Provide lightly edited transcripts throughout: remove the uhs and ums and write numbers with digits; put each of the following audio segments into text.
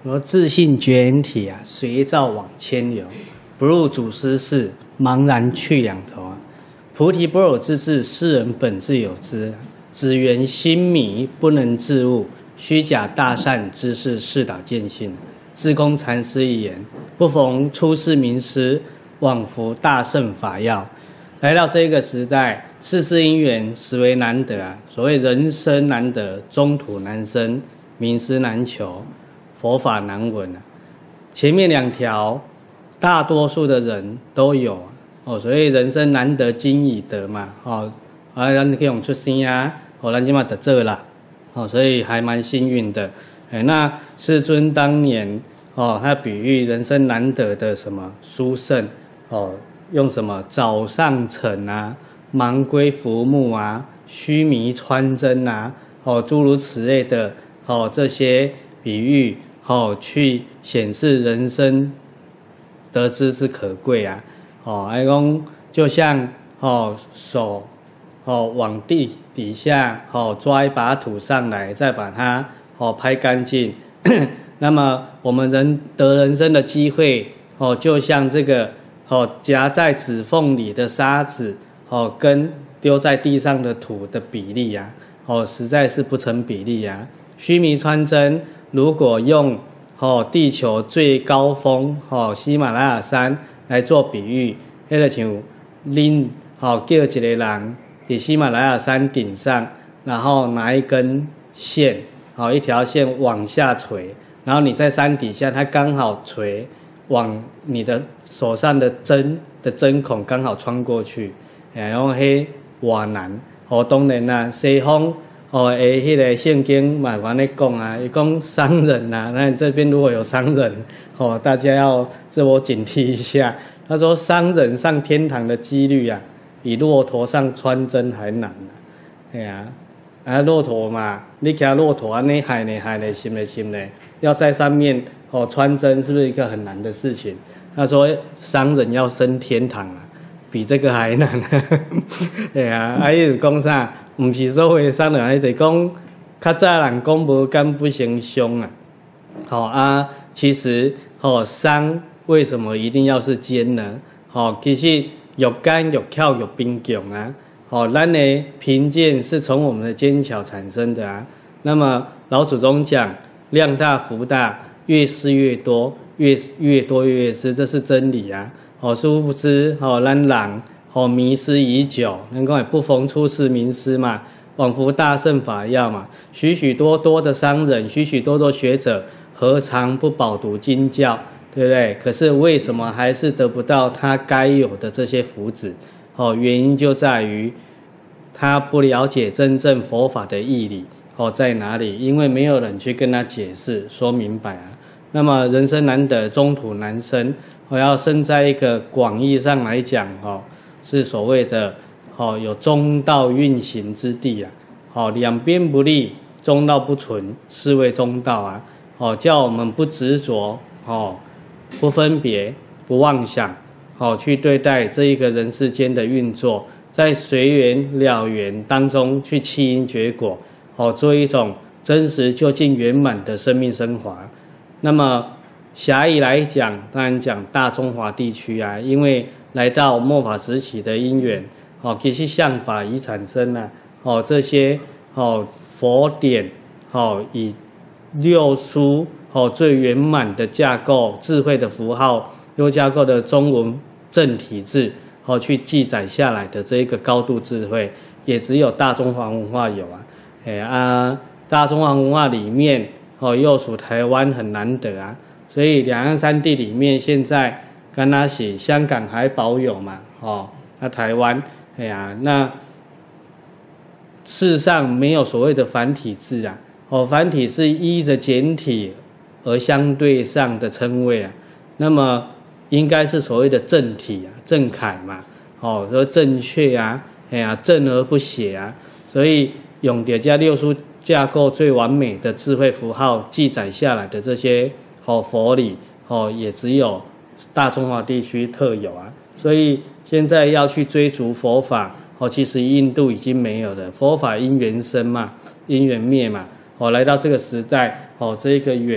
说自信觉缘体啊，随照往千流，不入祖师室，茫然去两头啊。菩提般若之智，世人本自有之，只缘心迷，不能自悟。虚假大善之事，世导见性。智公禅师一言，不逢出世名师，枉服大圣法要。来到这个时代，世事因缘实为难得啊。所谓人生难得，中土难生，名师难求，佛法难闻啊。前面两条，大多数的人都有哦，所以人生难得今已得嘛，哦，咱可以用出生啊，哦，咱今嘛得这啦，哦，所以还蛮幸运的。那世尊当年哦，他比喻人生难得的什么殊胜哦，用什么早上晨啊、盲龟浮木啊、须弥穿针啊，哦，诸如此类的哦，这些比喻哦，去显示人生得知之可贵啊。哦，还讲就像哦手哦往地底下哦抓一把土上来，再把它哦拍干净。那么我们得人生的机会哦，就像这个哦夹在指缝里的沙子哦，跟丢在地上的土的比例啊，哦实在是不成比例啊。须弥穿针，如果用哦地球最高峰哦喜马拉雅山来做比喻，那就像恁哦叫一个人在喜马拉雅山顶上，然后拿一根线哦一条线往下垂，然后你在山底下，它刚好垂往你的手上的针孔刚好穿过去，然后迄偌难哦。当然啦，西方哦诶迄个圣经嘛有安尼讲啊，伊讲商人啊，那这边如果有商人哦，大家要自我警惕一下。他说商人上天堂的几率啊，比骆驼上穿针还难啊。哎呀，骆驼嘛，你骑骆驼安尼害呢，心呢，要在上面哦穿针，是不是一个很难的事情？他说商人要升天堂啊，比这个还难。对啊，伊就讲啥？不是所有的商人，就是讲较早人讲无敢不成凶啊。好啊，其实哦商为什么一定要是奸呢？哦，其实越干越巧越冰强啊。哦，咱的贫贱是从我们的奸巧产生的啊。那么老祖宗讲量大福大，越施越多，越多越施，这是真理啊。哦，殊不知哦，咱人哦迷失已久，能够也不逢出世名师嘛，枉服大圣法要嘛。许许多多的商人，许许多多学者，何尝不饱读经教？对不对？可是为什么还是得不到他该有的这些福祉？哦，原因就在于他不了解真正佛法的义理哦在哪里，因为没有人去跟他解释说明白啊。那么人生难得，中土难生，我要生在一个广义上来讲哦，是所谓的哦有中道运行之地啊。哦，两边不利，中道不存，是谓中道啊。哦，叫我们不执着哦。不分别，不妄想，哦，去对待这一个人世间的运作，在随缘了缘当中去弃因结果，哦，做一种真实究竟圆满的生命升华。那么狭义来讲，当然讲大中华地区啊，因为来到末法时期的因缘，哦，其实相法已产生啊，哦，这些哦佛典，哦以六书。哦，最圆满的架构、智慧的符号，又架构的中文正体字，哦，去记载下来的这一个高度智慧，也只有大中华文化有啊。大中华文化里面，哦，又属台湾很难得啊，所以两岸三地里面，现在跟他写香港还保有嘛，哦，那台湾，那事实上没有所谓的繁体字啊，哦，繁体是依着简体而相对上的称谓啊，那么应该是所谓的正体啊、正楷嘛，哦，说正确啊，正而不邪啊，所以用叠加六书架构最完美的智慧符号记载下来的这些哦佛理哦，也只有大中华地区特有啊，所以现在要去追逐佛法哦，其实印度已经没有了，佛法因缘生嘛，因缘灭嘛，哦，来到这个时代哦，这一个缘。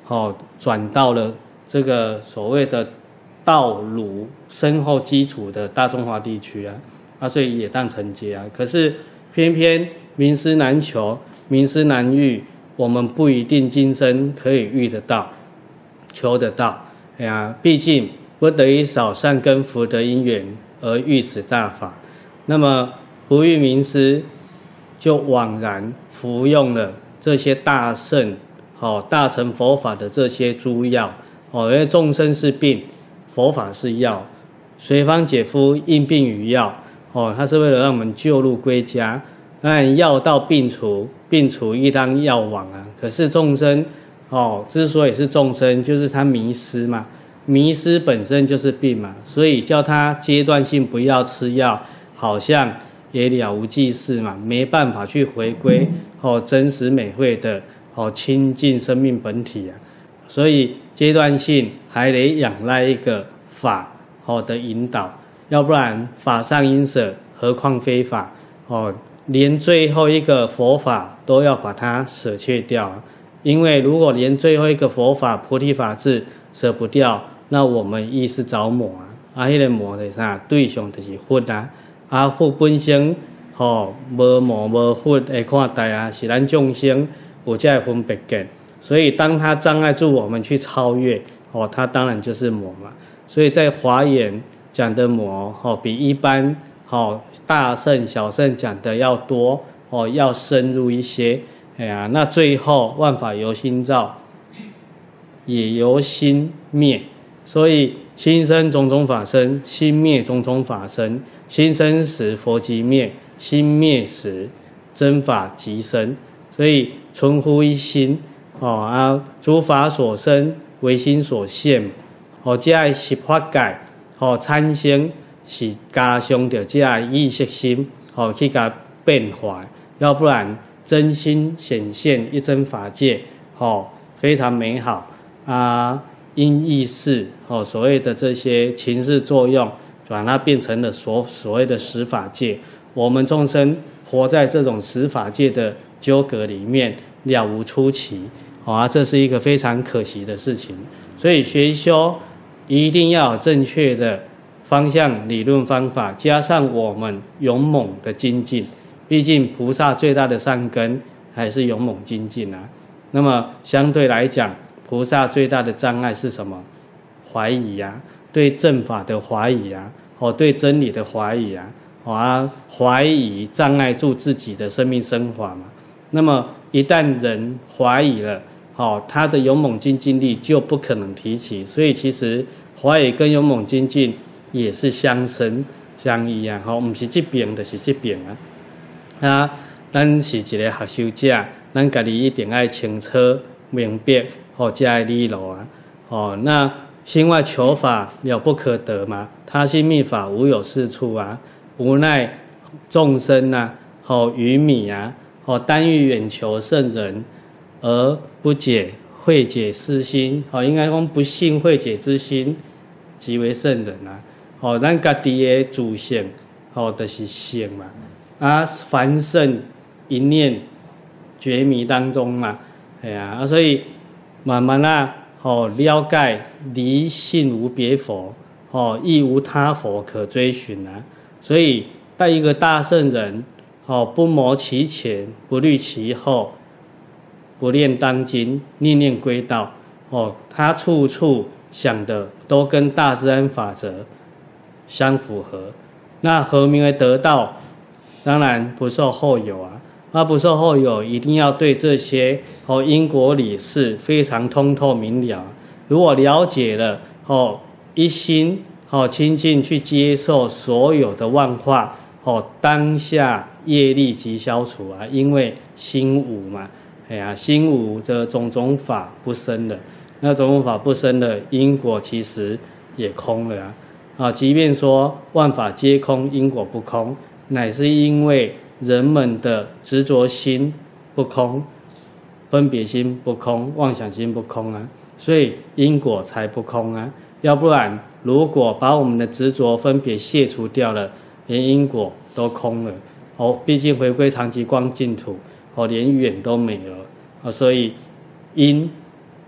转到了这个所谓的道儒深厚基础的大中华地区所以也当承接可是偏偏名师难求，名师难遇，我们不一定今生可以遇得到、求得到。毕竟不得已少善根福德因缘而遇此大法，那么不遇名师，就枉然服用了这些大圣、大乘佛法的这些诸药。因为众生是病，佛法是药，随方解夫应病与药。它是为了让我们救入归家。当然药到病除，病除亦当药往可是众生之所以是众生，就是他迷失嘛，迷失本身就是病嘛，所以叫他阶段性不要吃药，好像也了无济事嘛，没办法去回归真实美慧的亲近生命本体所以阶段性还得仰赖一个法的引导，要不然法上应舍，何况非法连最后一个佛法都要把它舍却掉因为如果连最后一个佛法菩提法智舍不掉，那我们亦是着魔那个魔是啥？对象就是佛佛本身无魔无佛会看待是咱众生有这个分别见，所以当它障碍住我们去超越它当然就是魔嘛。所以在华严讲的魔比一般大圣小圣讲的要多要深入一些。那最后万法由心造，也由心灭，所以心生种种法生，心灭种种法生。心生时佛即灭，心灭时真法即生。所以存乎一心诸法所生为心所现这是法界产生是加上着这意识心去给它变化，要不然真心显现一真法界非常美好因意识所谓的这些情势作用，把它变成了所谓的实法界。我们众生活在这种实法界的纠葛里面，了无出期这是一个非常可惜的事情。所以学修一定要有正确的方向、理论方法，加上我们勇猛的精进。毕竟菩萨最大的善根还是勇猛精进那么相对来讲，菩萨最大的障碍是什么？怀疑对正法的怀疑对真理的怀疑怀疑障碍住自己的生命升华嘛。那么一旦人怀疑了他的勇猛精进力就不可能提起。所以其实怀疑跟勇猛精进也是相生相依不是这边就是这边咱是一个学修者，咱家己一定要清楚明白这个理路那心外求法了不可得嘛，他心密法无有是处无奈众生愚迷单欲远求圣人而不解慧解之心应该说不信慧解之心即为圣人咱家己的自性就是性嘛凡圣一念觉迷当中嘛所以慢慢了解离性无别佛亦无他佛可追寻所以带一个大圣人不谋其前，不虑其后，不念当今，念念归道他处处想的都跟大自然法则相符合。那何名为得道？当然不受后有不受后有，一定要对这些因果理事非常通透明了。如果了解了一心亲近去接受所有的万化当下业力即消除因为心无嘛心无则种种法不生了，那种种法不生了，因果其实也空了即便说万法皆空，因果不空，乃是因为人们的执着心不空，分别心不空，妄想心不空所以因果才不空要不然如果把我们的执着分别卸除掉了，连因果都空了毕竟回归常寂光净土连缘都没了所以因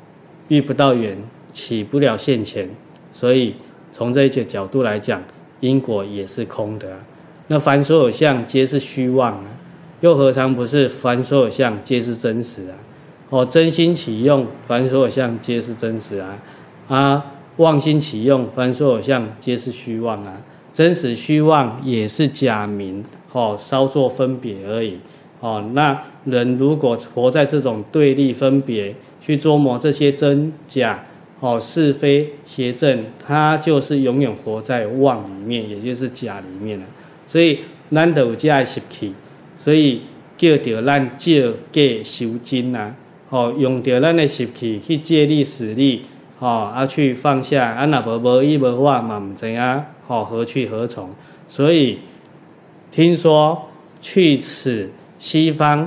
遇不到缘，起不了现前，所以从这一个角度来讲，因果也是空的啊。那凡所有相皆是虚妄啊，又何尝不是凡所有相皆是真实啊？真心起用，凡所有相皆是真实啊。妄心起用，凡所有相皆是虚妄啊。真实虚妄也是假名，稍作分别而已。那人如果活在这种对立分别，去琢磨这些真假，是非邪正，他就是永远活在妄里面，也就是假里面了。所以咱就有这个习气，所以叫着咱照假修真啊。用着咱的习气去借力使力，去放下，若无依无我嘛唔知影，何去何从？所以听说去此西方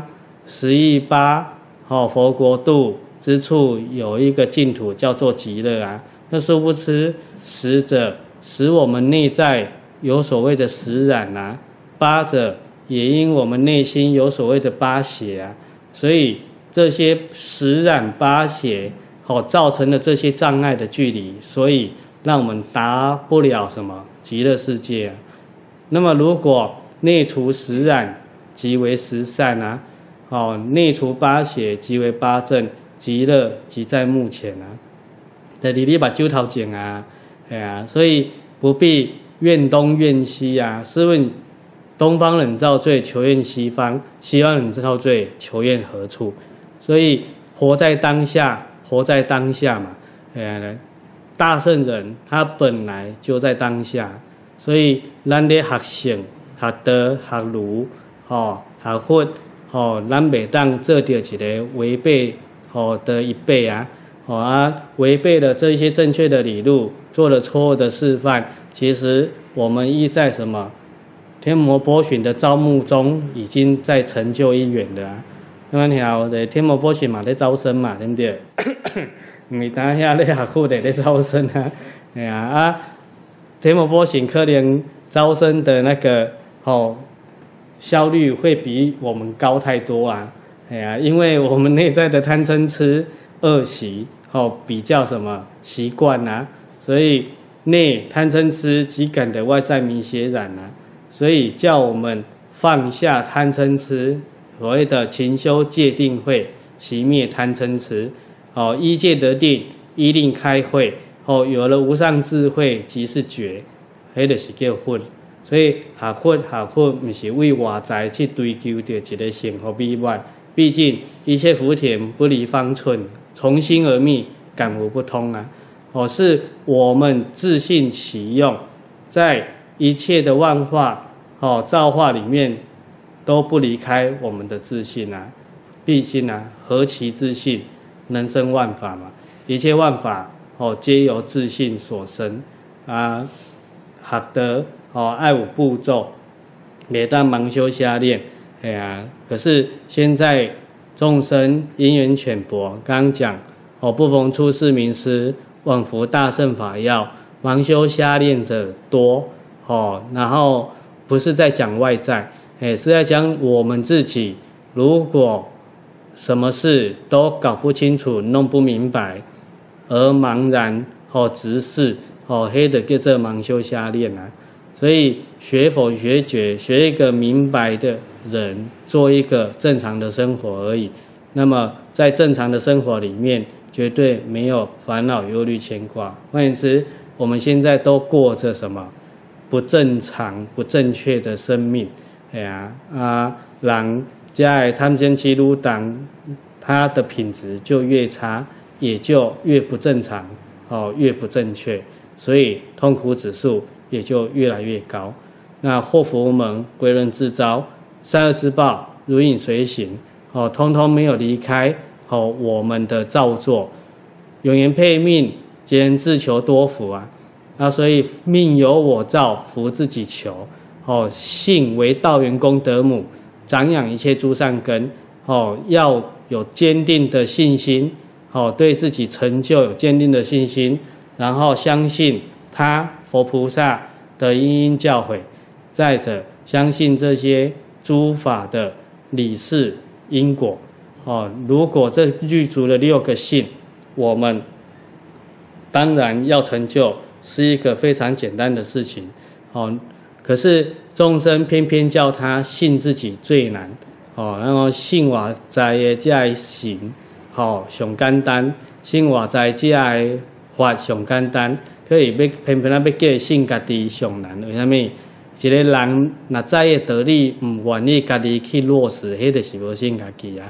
11.8佛国度之处有一个净土叫做极乐啊。那殊不知10者使我们内在有所谓的实染啊，8者也因我们内心有所谓的8邪啊。所以这些实染8邪造成了这些障碍的距离，所以让我们达不了什么极乐世界啊。那么如果内除实染即为实善啊，内除8邪即为8正，极乐即在目前啊。就是你目睭头前啊，所以不必怨东怨西啊。试问东方人造罪，求怨西方；西方人造罪，求怨何处？所以活在当下，活在当下嘛。大圣人他本来就在当下，所以咱咧学圣、学道、学儒、学佛，咱袂当做到一个违背的一辈啊。违背了这些正确的理路，做了错误的示范。其实我们亦在什么天魔波旬的招募中，已经在成就一缘了啊。那么条的天魔波旬嘛，在招生嘛，对不对？唔是当下咧学佛的在招生啊，天魔波旬可能招生的那个效率会比我们高太多啊。因为我们内在的贪嗔痴恶习比较什么习惯啊，所以内贪嗔痴即感的外在迷邪染啊，所以叫我们放下贪嗔痴，所谓的勤修戒定慧，熄灭贪嗔痴。依戒得定，依令开慧，有了无上智慧即是觉，迄就是叫佛。所以学佛不是为外在去追求着一个幸福美满，毕竟一切福田不离方寸，从心而觅，感无不通啊。是我们自信其用，在一切的万化造化里面都不离开我们的自信啊。毕竟何其自信，能生万法嘛。一切万法皆由自信所生啊。学得爱有步骤，每当盲修瞎练。可是现在众生因缘浅薄，刚刚讲不逢出世名师，枉服大乘法要，盲修瞎练者多然后不是在讲外在，是在讲我们自己。如果什么事都搞不清楚、弄不明白，而茫然直视黑的叫做盲修瞎练啊。所以学佛学觉，学一个明白的人，做一个正常的生活而已。那么在正常的生活里面，绝对没有烦恼、忧虑、牵挂。换言之，我们现在都过着什么不正常、不正确的生命。人在贪嗔痴愈重，他的品质就越差，也就越不正常，越不正确，所以痛苦指数也就越来越高。那祸福无门，归人自招，善恶之报如影随形，通通没有离开我们的造作。永言配命，皆人自求多福啊。所以命由我造，福自己求。性为道源功德母，长养一切诸善根。要有坚定的信心，对自己成就有坚定的信心，然后相信佛菩萨的因因教诲，再者相信这些诸法的理事因果。如果这具足了6个信， 我们当然要成就是一个非常简单的事情，可是众生偏偏叫他信自己最难，然后信外在的这行，上简单，信外在这的法上简单，可以偏偏要叫信家己上难，为什么？一个人若知的道理，唔愿意家己去落实，迄就是无信家己啊。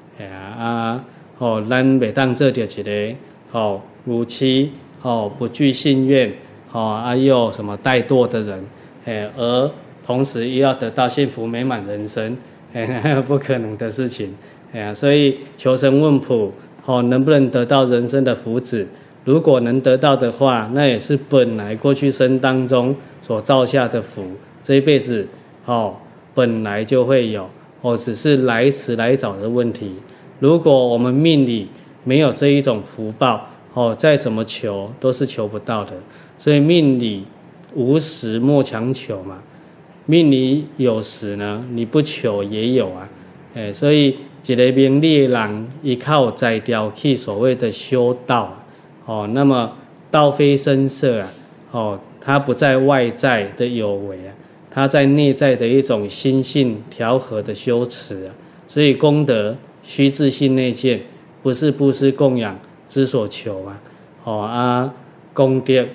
咱袂当做着一个无欺不惧信愿又什么怠惰的人，而同时又要得到幸福美满人生，不可能的事情。所以求神问卜，能不能得到人生的福祉？如果能得到的话，那也是本来过去生当中所造下的福，这一辈子本来就会有，只是来迟来早的问题。如果我们命里没有这一种福报，再怎么求都是求不到的。所以命里无时莫强求嘛，命里有时呢，你不求也有啊。所以一个明理的人，依靠在调去所谓的修道。那么道非声色它不在外在的有为它在内在的一种心性调和的修持所以功德须自性内见，不是布施供养之所求功德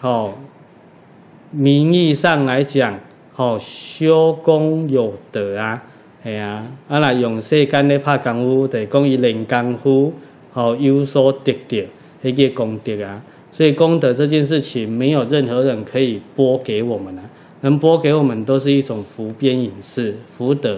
名义上来讲修功有德来用世间咧拍功夫，就是讲伊练功夫有所得到那个功德所以功德这件事情没有任何人可以拨给我们能拨给我们都是一种福边隐士福德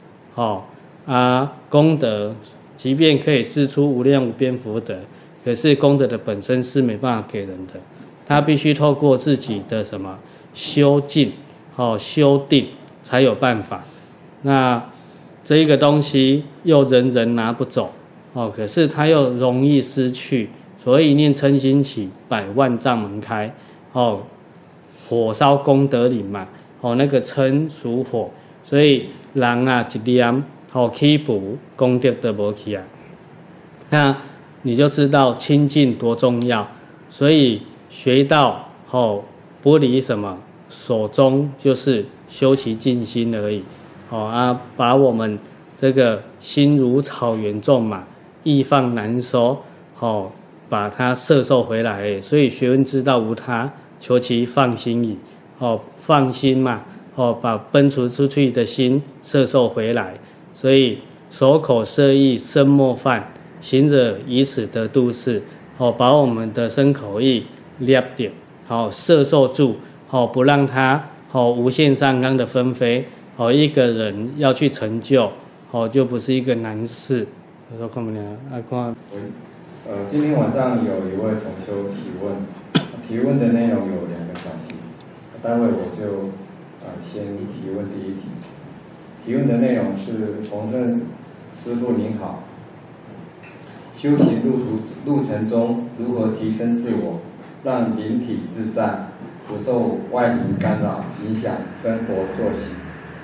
功德即便可以施出无量无边福德，可是功德的本身是没办法给人的，他必须透过自己的什么修静修定才有办法。那这一个东西又人人拿不走可是它又容易失去，所以一念嗔心起，百万障门开火烧功德林嘛那个嗔属火，所以人一念起补功德都没去那你就知道清净多重要。所以学道不离什么，手中就是修其静心而已把我们这个心如草原种马，易放难收把它摄受回来所以学问之道无他，求其放心矣放心嘛把奔驰出去的心摄受回来。所以手口色意身莫犯，行者以此得度世把我们的身口意捏点摄受住不让它无限上纲的纷飞一个人要去成就就不是一个难事。我说看不了看今天晚上有一位同修提问的内容有2个小题，待会我就先提问第一题。提问的内容是：洪胜师父您好，修行路程中如何提升自我，让灵体自在，不受外灵干扰影响生活作息？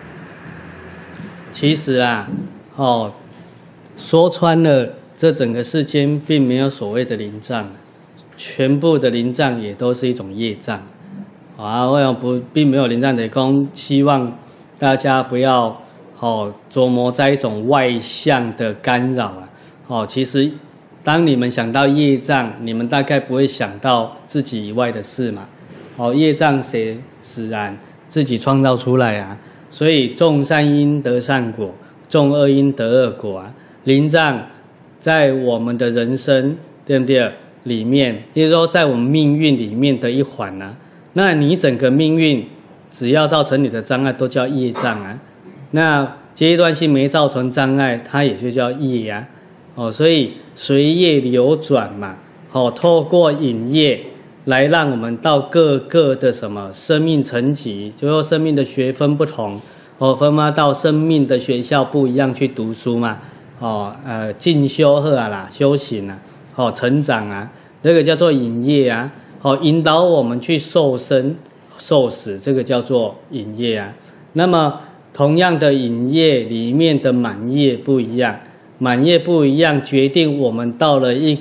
其实说穿了，这整个世间并没有所谓的灵障，全部的灵障也都是一种业障为什么并没有灵障的功？希望大家不要琢磨在一种外向的干扰其实当你们想到业障，你们大概不会想到自己以外的事嘛业障谁使然？自己创造出来所以种善因得善果，种恶因得恶果灵障在我们的人生对不对里面，也就是说在我们命运里面的一环那你整个命运只要造成你的障碍都叫业障那阶段性没造成障碍，它也就叫业所以随业流转嘛透过引业来让我们到各个的什么生命层级，就说生命的学分不同分发到生命的学校不一样去读书嘛进修修行成长这个叫做引业引导我们去受生受死，这个叫做引业那么同样的引业里面的满业不一样，满业不一样决定我们到了一个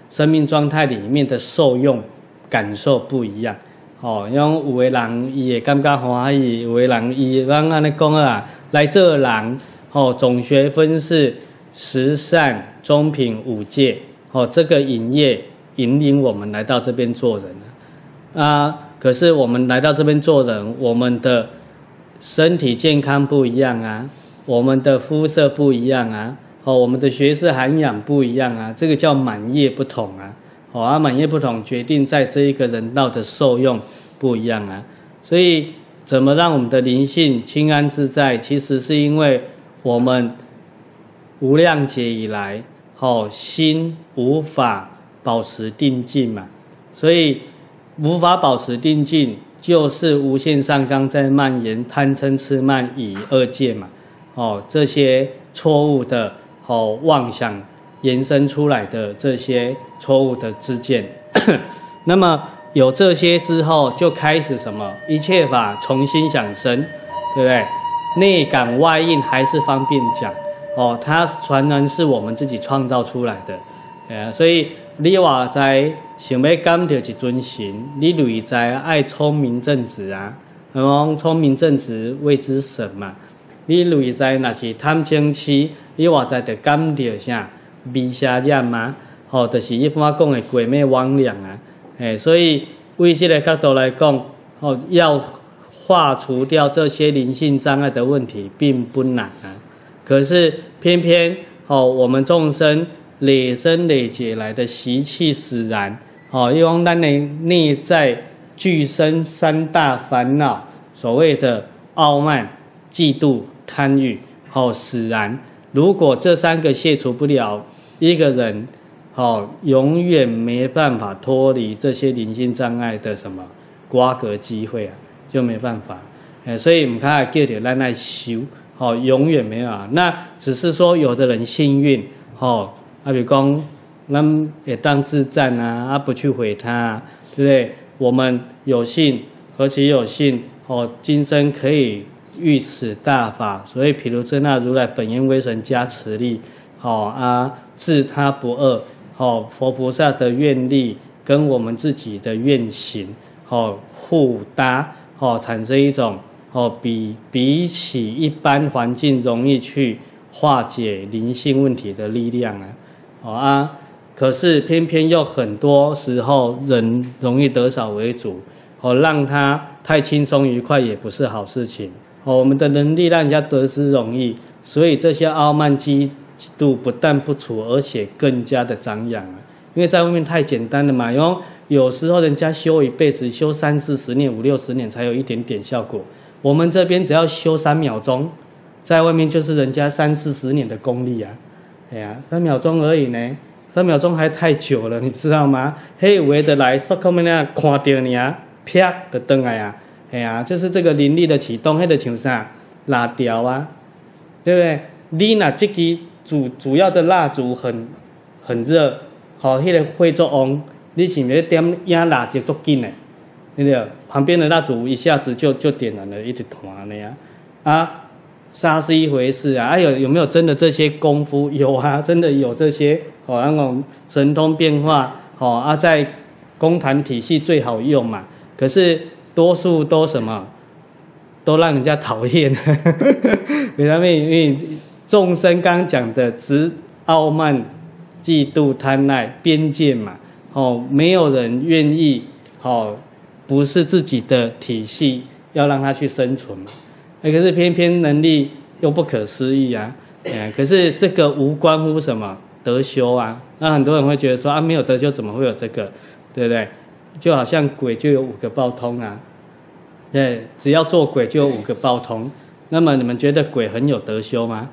生命状态里面的受用感受不一样。哦，因为有的人伊会感觉欢喜，有的人伊咱安尼讲啊，来这人哦，总学分是十善、中品、五戒哦，这个引领我们来到这边做人啊。可是我们来到这边做人，我们的身体健康不一样啊，我们的肤色不一样啊，哦，我们的学识涵养不一样啊，这个叫满业不同啊。哦，满业不同，决定在这一个人道的受用不一样啊。所以，怎么让我们的灵性清安自在？其实是因为我们无量劫以来，心无法保持定静嘛。所以，无法保持定静，就是无限上纲在蔓延贪嗔痴慢疑二界嘛。这些错误的妄想延伸出来的这些错误的知见，那么有这些之后，就开始什么？一切法重新想生，对不对？内感外应还是方便讲它传然是我们自己创造出来的，所以你话在想要感到一尊神，你内在爱聪明正直啊，聪明正直谓之神嘛。你内在若是贪嗔痴，你话在就感到啥？微邪念嘛，就是一般讲的鬼魅魍魉啊，所以为这个角度来讲，要化除掉这些灵性障碍的问题并不难啊。可是偏偏我们众生累生累劫来的习气使然，因为我们的内在具生三大烦恼，所谓的傲慢、嫉妒、贪欲，使然。如果这三个卸除不了，一个人永远没办法脱离这些灵性障碍的什么瓜葛机会啊，就没办法。所以我们看叫着咱来修，永远没有啊。那只是说有的人幸运，比如讲咱也当自战啊，不去毁他啊，对不对？我们有幸，何其有幸今生可以遇此大法，所以毗卢遮那如来本愿威神加持力，自他不二，佛菩萨的愿力跟我们自己的愿行，互搭，产生一种比起一般环境容易去化解灵性问题的力量啊。可是偏偏又很多时候人容易得少为主，让他太轻松愉快也不是好事情。我们的能力让人家得之容易，所以这些傲慢嫉妒不但不除，而且更加的张扬因为在外面太简单了嘛，因为有时候人家修一辈子，修30-40年、50-60年才有一点点效果。我们这边只要修3秒钟，在外面就是人家30-40年的功力啊。3秒钟而已呢，3秒钟还太久了，你知道吗？有的来说后面那看到你啊，啪的灯来啊，就是这个灵力的启动，那个像啥蜡条啊，对不对？你那这个主要的蜡烛很热，那个会做旺，你是不是点压蜡就足紧的，对不对？旁边的蜡烛一下子就点燃了一团的沙是一回事啊，有没有真的这些功夫？有啊，真的有这些那种神通变化在公坛体系最好用嘛。可是多数都什么，都让人家讨厌。为什么？因为众生刚讲的执傲慢、嫉妒、贪爱、边界嘛，没有人愿意不是自己的体系，要让他去生存嘛。可是偏偏能力又不可思议啊！可是这个无关乎什么德修啊。那很多人会觉得说没有德修怎么会有这个，对不对？就好像鬼就有5个报通啊，对，只要做鬼就有5个报通。那么你们觉得鬼很有德修吗？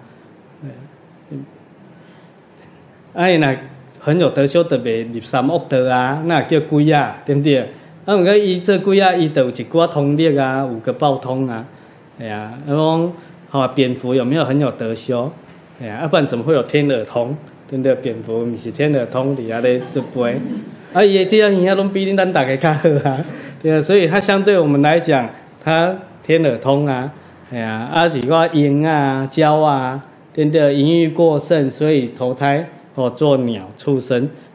那很有德修特别入三恶道啊，那叫鬼啊，对不对？不过伊这鬼啊，伊就有一寡通力啊，5个报通啊。蝙蝠有没有很有德修？要不然怎么会有天耳通？对不对？蝙蝠不是天耳通底下咧在飞，伊这样影都比咱大家较好啊，对啊，所以它相对我们来讲，它天耳通啊，几个鹰啊、蛟啊，对不对？淫欲过剩，所以投胎做鸟、畜生，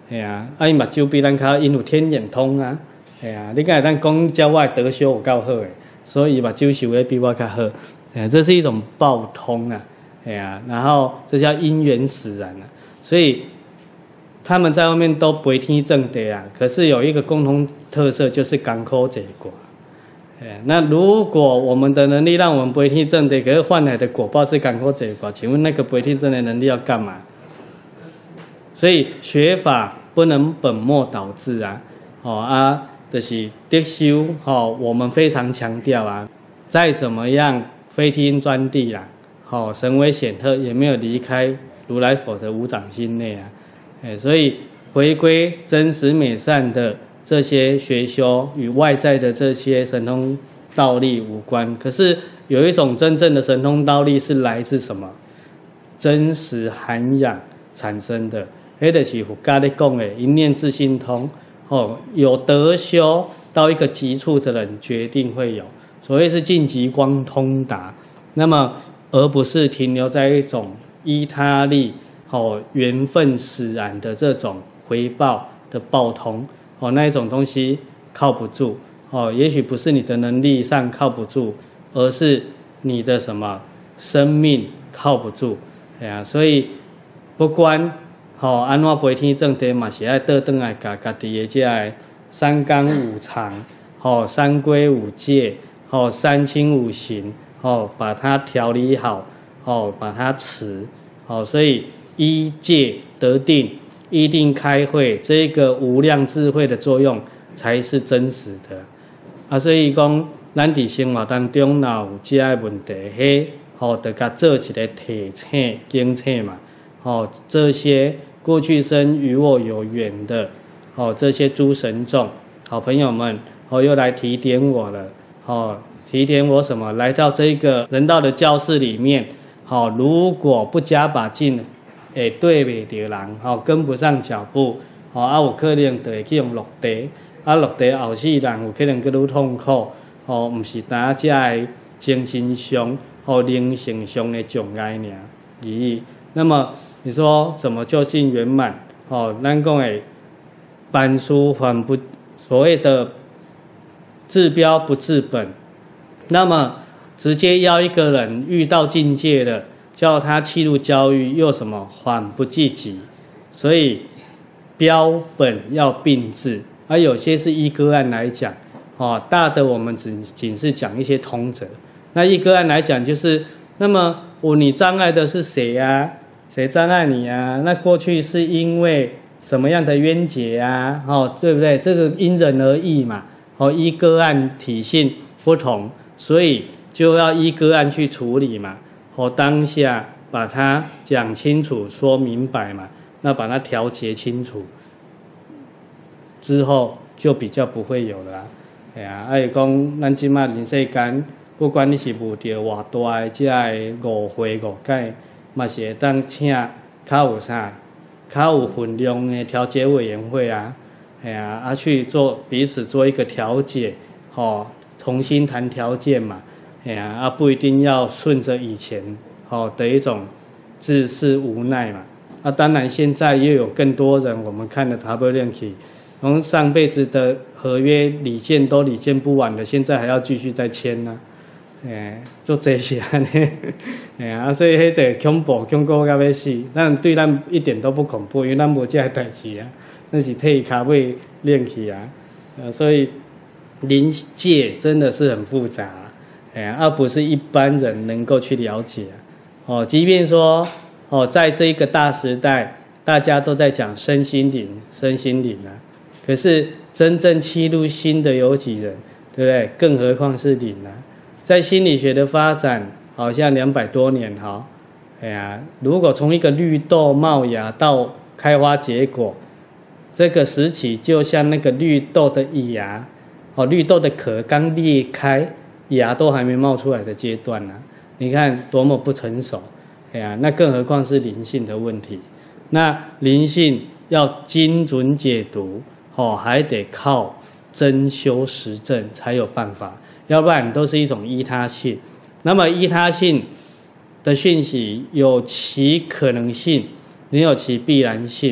系啊，伊目睭比咱较因有天眼通啊，系啊，你敢会当讲叫我德修有够好诶，所以目睭修得比我较好，这是一种报通啊，系啊，然后这叫因缘使然啊，所以他们在外面都飞天正地啊，可是有一个共同特色就是艰苦结果。那如果我们的能力让我们飞天正地，可是换来的果报是艰苦结果，请问那个飞天正地能力要干嘛？所以学法不能本末倒置啊，就是德修我们非常强调啊，再怎么样飞天钻地啦，神威显赫，也没有离开如来佛的无掌心内啊，所以回归真实美善的这些学修与外在的这些神通道力无关，可是有一种真正的神通道力是来自什么？真实涵养产生的，那就是佛家在讲的一念自性通有德修到一个极处的人，决定会有所谓是尽极光通达，那么而不是停留在一种依他力缘分使然的这种回报的报通那一种东西靠不住也许不是你的能力上靠不住，而是你的什么生命靠不住所以不管安怎飞天正地嘛，是要倒转来家己的这个三纲五常三规五戒三清五行把它调理好把它持所以依戒得定，依定开慧，这个无量智慧的作用才是真实的所以讲咱伫生活当中若有这些问题就甲做一个体测检测嘛这些过去生与我有缘的这些诸神众好朋友们又来提点我了提点我什么？来到这个人道的教室里面如果不加把劲会对不到人跟不上脚步有可能就会去用落地落地后世人有可能更愈痛苦不是单这个精神上灵性上的障碍而已。那么你说怎么就近圆满咱讲的班书还不所谓的治标不治本，那么直接要一个人遇到境界了，叫他弃入教育，又什么缓不济急，所以标本要并治而有些是依个案来讲大的我们仅是讲一些通则，那依个案来讲就是那么你障碍的是谁啊？谁障碍你啊？那过去是因为什么样的冤结啊对不对？这个因人而异嘛依个案体性不同，所以就要依个案去处理嘛当下把它讲清楚说明白嘛，那把它调节清楚之后就比较不会有了是讲咱现在人世间不管你是遇到偌大的这个误会误解，嘛是会当请较有啥较有分量的调解委员会去做彼此做一个调解重新谈条件嘛不一定要顺着以前的一种自恃无奈嘛当然现在又有更多人我们看了他不练起从上辈子的合约理件都理件不完了，现在还要继续再签做这些所以迄个恐怖到要死，但对咱一点都不恐怖，因为咱无这个代志那是替脚尾练起所以临界真的是很复杂而不是一般人能够去了解即便说在这一个大时代大家都在讲身心灵可是真正契入心的有几人，对不对？更何况是灵在心理学的发展好像200多年如果从一个绿豆冒芽到开花结果，这个时期就像那个绿豆的芽绿豆的壳刚裂开，芽都还没冒出来的阶段你看多么不成熟那更何况是灵性的问题。那灵性要精准解读还得靠真修实证才有办法，要不然都是一种依他性。那么依他性的讯息有其可能性，也有其必然性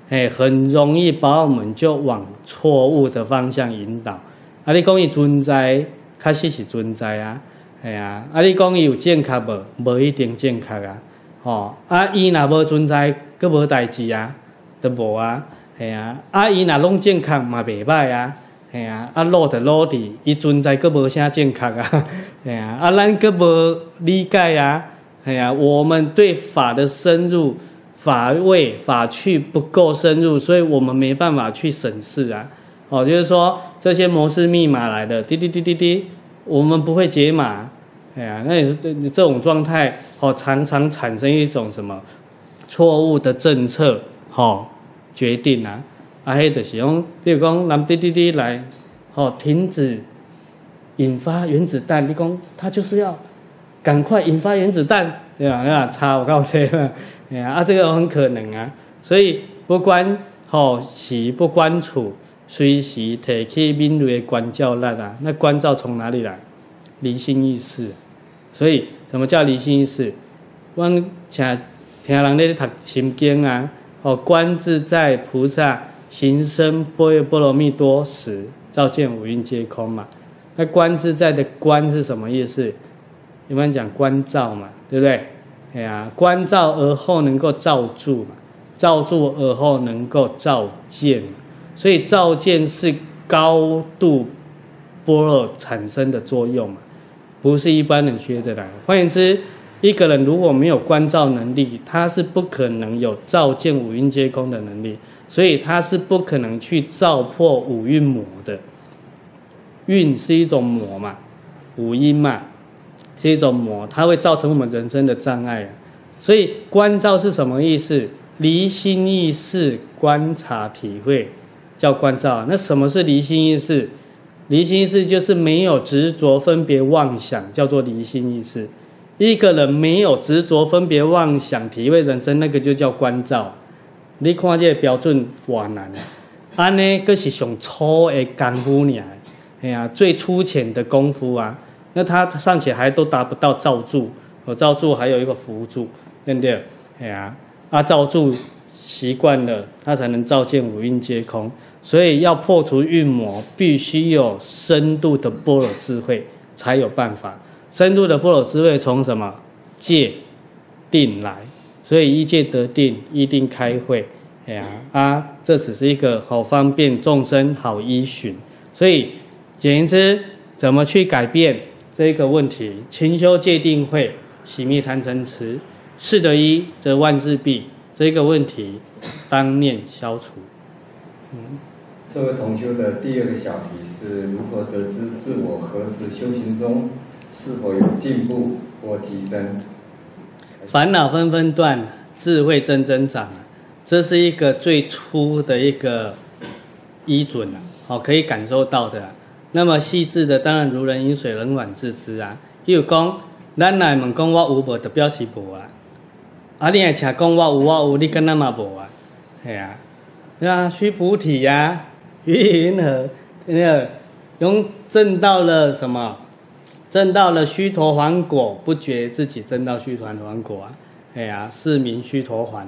很容易把我们就往错误的方向引导。啊，你讲伊存在，确实是存在啊，系啊。啊，你讲伊有正确无？无一定正确啊。吼，啊，伊若无存在，佫无代志啊，都无啊，系啊。啊，伊若拢正确嘛袂歹啊，系啊。啊，落就落伫，伊存在佫无啥正确啊，系啊。啊，咱佫无理解啊，系啊。我们对法的深入。法位法趣不够深入，所以我们没办法去审视啊。哦，就是说这些摩斯密码来的，滴滴滴滴滴，我们不会解码。哎呀，那你这种状态，哦，常常产生一种什么错误的政策，哦，决定啊，啊，迄就是讲，比如讲，让滴滴滴来，哦，停止引发原子弹，你讲他就是要赶快引发原子弹，对吧？差我告诉你。啊，这个很可能啊，所以不管时不关处，随时提起敏锐的关照力啊。那关照从哪里来？离心意识。所以什么叫离心意识？我听人咧读心经啊，观自在菩萨行深般若波罗蜜多时，照见五蕴皆空嘛。那观自在的观是什么意思？一般讲观照嘛，对不对？哎呀，观照而后能够照住嘛，照住而后能够照见，所以照见是高度般若产生的作用嘛，不是一般人学得来。换言之，一个人如果没有观照能力，他是不可能有照见五蕴皆空的能力，所以他是不可能去照破五蕴魔的。蕴是一种魔嘛，五阴嘛。是一种魔，它会造成我们人生的障碍啊。所以观照是什么意思？离心意识观察体会叫观照。那什么是离心意识？离心意识就是没有执着分别妄想，叫做离心意识。一个人没有执着分别妄想体会人生，那个就叫观照。你看这个标准多难啊，这个是上粗的功夫而已。哎呀，最粗浅的功夫啊，那他尚且还都达不到照住，照住还有一个辅助，对不对？哎呀，照住习惯了，他才能照见五蕴皆空。所以要破除蕴魔，必须有深度的般若智慧才有办法。深度的般若智慧从什么？戒定来。所以依戒得定，依定开慧。哎呀，这只是一个好方便众生好依循。所以简言之，怎么去改变这个问题？勤修戒定慧，熄灭贪嗔痴，是得一则万事毕。这个问题当念消除。 这位同修的第二个小题是如何得知自我何时修行中是否有进步或提升？ 烦恼纷纷断，智慧真真长，这是一个最初的一个依准可以感受到的。那么细致的，当然如人饮水，冷暖自知啊。比如讲，咱来问讲我有无，就表示无啊。你若请讲我有，你敢若嘛无啊？系啊，须菩提啊，于云何？用证到了什么？证到了须陀洹果，不觉自己证到须陀洹果啊！哎呀，是名须陀洹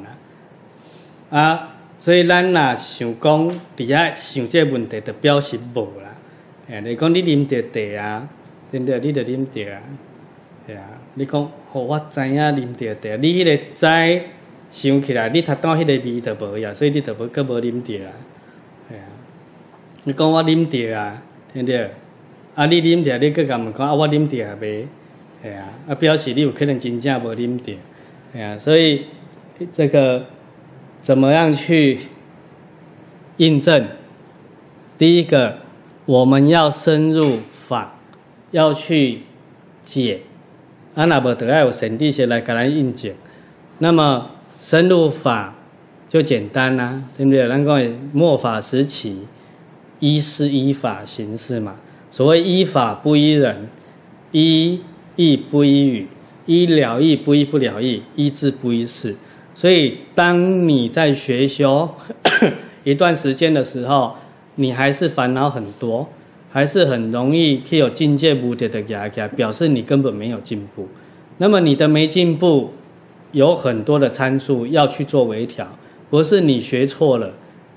所以咱若想讲，伫遐想这个问题，就表示无啦。你讲你啉着茶对不对？你就啉着你讲，我知影啉着茶，你迄个知想起来，你读到迄个味就无呀，所以你就佫无啉着你讲我啉着对不对？你啉着，你佫甲问讲我啉着也袂，表示你有可能真正无啉着，所以这个怎么样去印证？第一个，我们要深入法，要去解，若无就要有善知识来给咱印证。那么深入法就简单对不对？咱讲末法时期，依事依法行事嘛。所谓依法不依人，依义不依语，依了义不依不了义，依智不依事。所以当你在学修一段时间的时候，你还是烦恼很多，还是很容易去有境界无得的压力，表示你根本没有进步。那么你的没进步有很多的参数要去做微调，不是你学错了，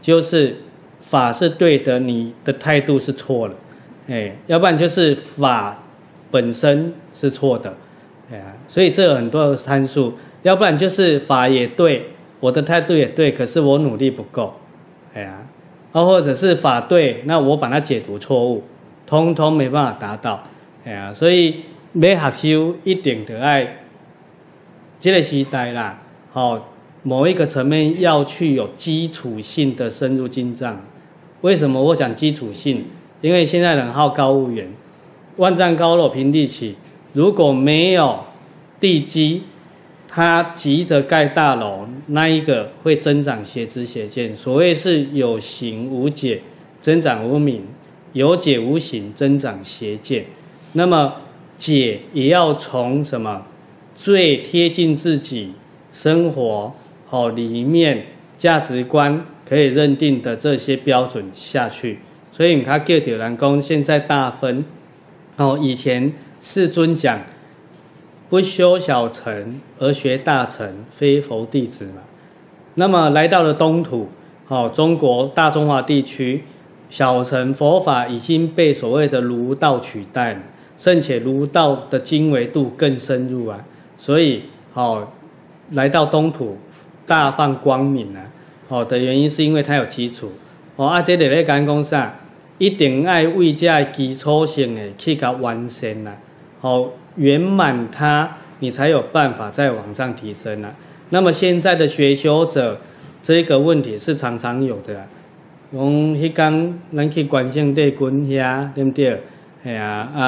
就是法是对的，你的态度是错了，要不然就是法本身是错的，所以这有很多的参数，要不然就是法也对，我的态度也对，可是我努力不够，或者是法对，那我把它解读错误，通通没办法达到，所以要学修一定得爱，这个时代啦，某一个层面要去有基础性的深入经藏。为什么我讲基础性？因为现在人好高骛远，万丈高楼平地起，如果没有地基，他急着盖大楼，那一个会增长邪知邪见。所谓是有形无解，增长无明；有解无形，增长邪见。那么解也要从什么最贴近自己生活里面价值观可以认定的这些标准下去。所以你看叫到人讲现在大分以前世尊讲不修小乘而学大乘，非佛弟子嘛。那么来到了东土中国大中华地区，小乘佛法已经被所谓的儒道取代了，甚且儒道的经纬度更深入啊。所以来到东土大放光明的原因是因为它有基础这个咧讲啥，一定要为这基础性的去给它完善啦圆满它，你才有办法再往上提升啦。那么现在的学修者，这个问题是常常有的啦。讲迄天咱去关圣帝君遐，对不对？遇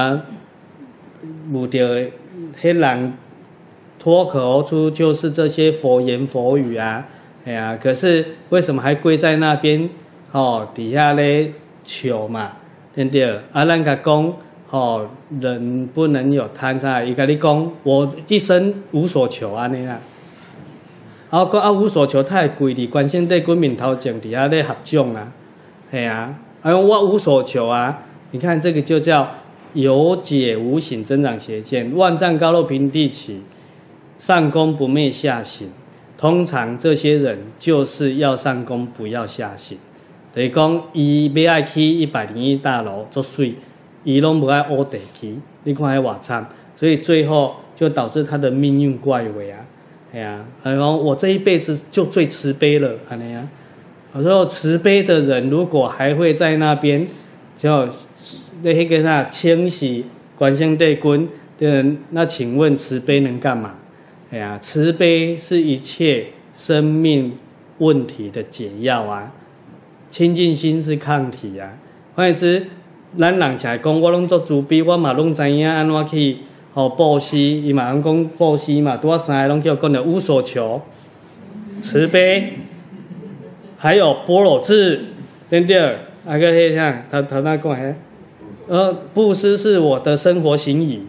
到迄人脱口而出就是这些佛言佛语可是为什么还跪在那边底下咧求嘛，对不对？咱甲讲人不能有贪噻，伊甲你讲我一生无所求安尼啦。讲无所求，他会跪伫关圣帝君面头前底下咧合掌我无所求你看这个就叫有解无形，增长邪见。万丈高楼平地起，上攻不灭下行。通常这些人就是要上攻不要下行，等于讲伊要爱去100年1大楼做水，伊拢不爱挖地基，你看还瓦惨，所以最后就导致他的命运怪为我这一辈子就最慈悲了我说慈悲的人如果还会在那边就那个啥清洗关圣帝君的人，那请问慈悲能干嘛？慈悲是一切生命问题的解药清净心是抗体换言之，咱人起来讲我拢做慈悲，我嘛拢知影安怎去布施，伊嘛讲布施嘛，拄三个拢叫讲的无所求、慈悲，还有般若智，对不对？个迄啥，头那讲布施是我的生活行仪，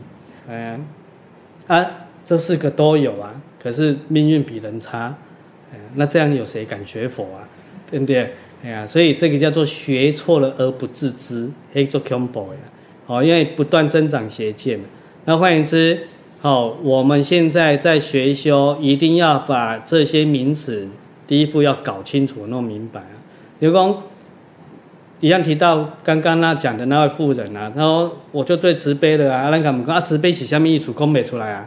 这四个都有可是命运比人差，那这样有谁敢学佛对不对？所以这个叫做学错了而不自知，那做恐怖的因为不断增长邪见。那换言之，我们现在在学修，一定要把这些名词，第一步要搞清楚、弄明白比如说，一样提到刚刚那讲的那位妇人然后我就最慈悲了咱敢不讲慈悲是什么意思？讲不出来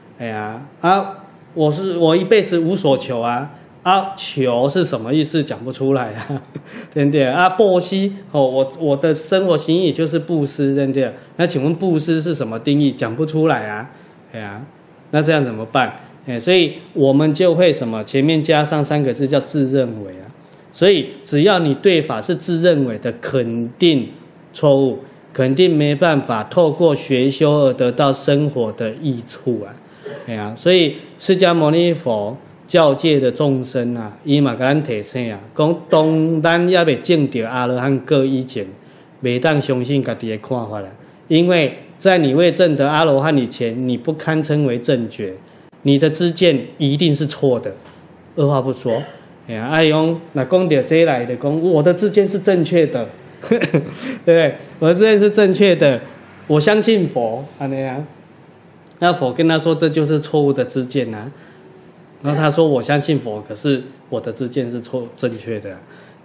我一辈子无所求求是什么意思？讲不出来对不对布施我的生活行仪就是布施，对不对？那请问布施是什么定义？讲不出来那这样怎么办？所以我们就会什么？前面加上3个字叫自认为所以只要你对法是自认为的，肯定错误，肯定没办法透过学修而得到生活的益处所以释迦牟尼佛教界的众生伊嘛给咱提醒讲当咱也未证到阿罗汉果以前，袂当相信家己的看法因为在你未证得阿罗汉以前，你不堪称为正觉，你的知见一定是错的。二话不说，用那讲到这来的讲，我的知见是正确的，对不对？我的知见是正确的，我相信佛，那佛跟他说这就是错误的知见然后他说我相信佛，可是我的知见是正确的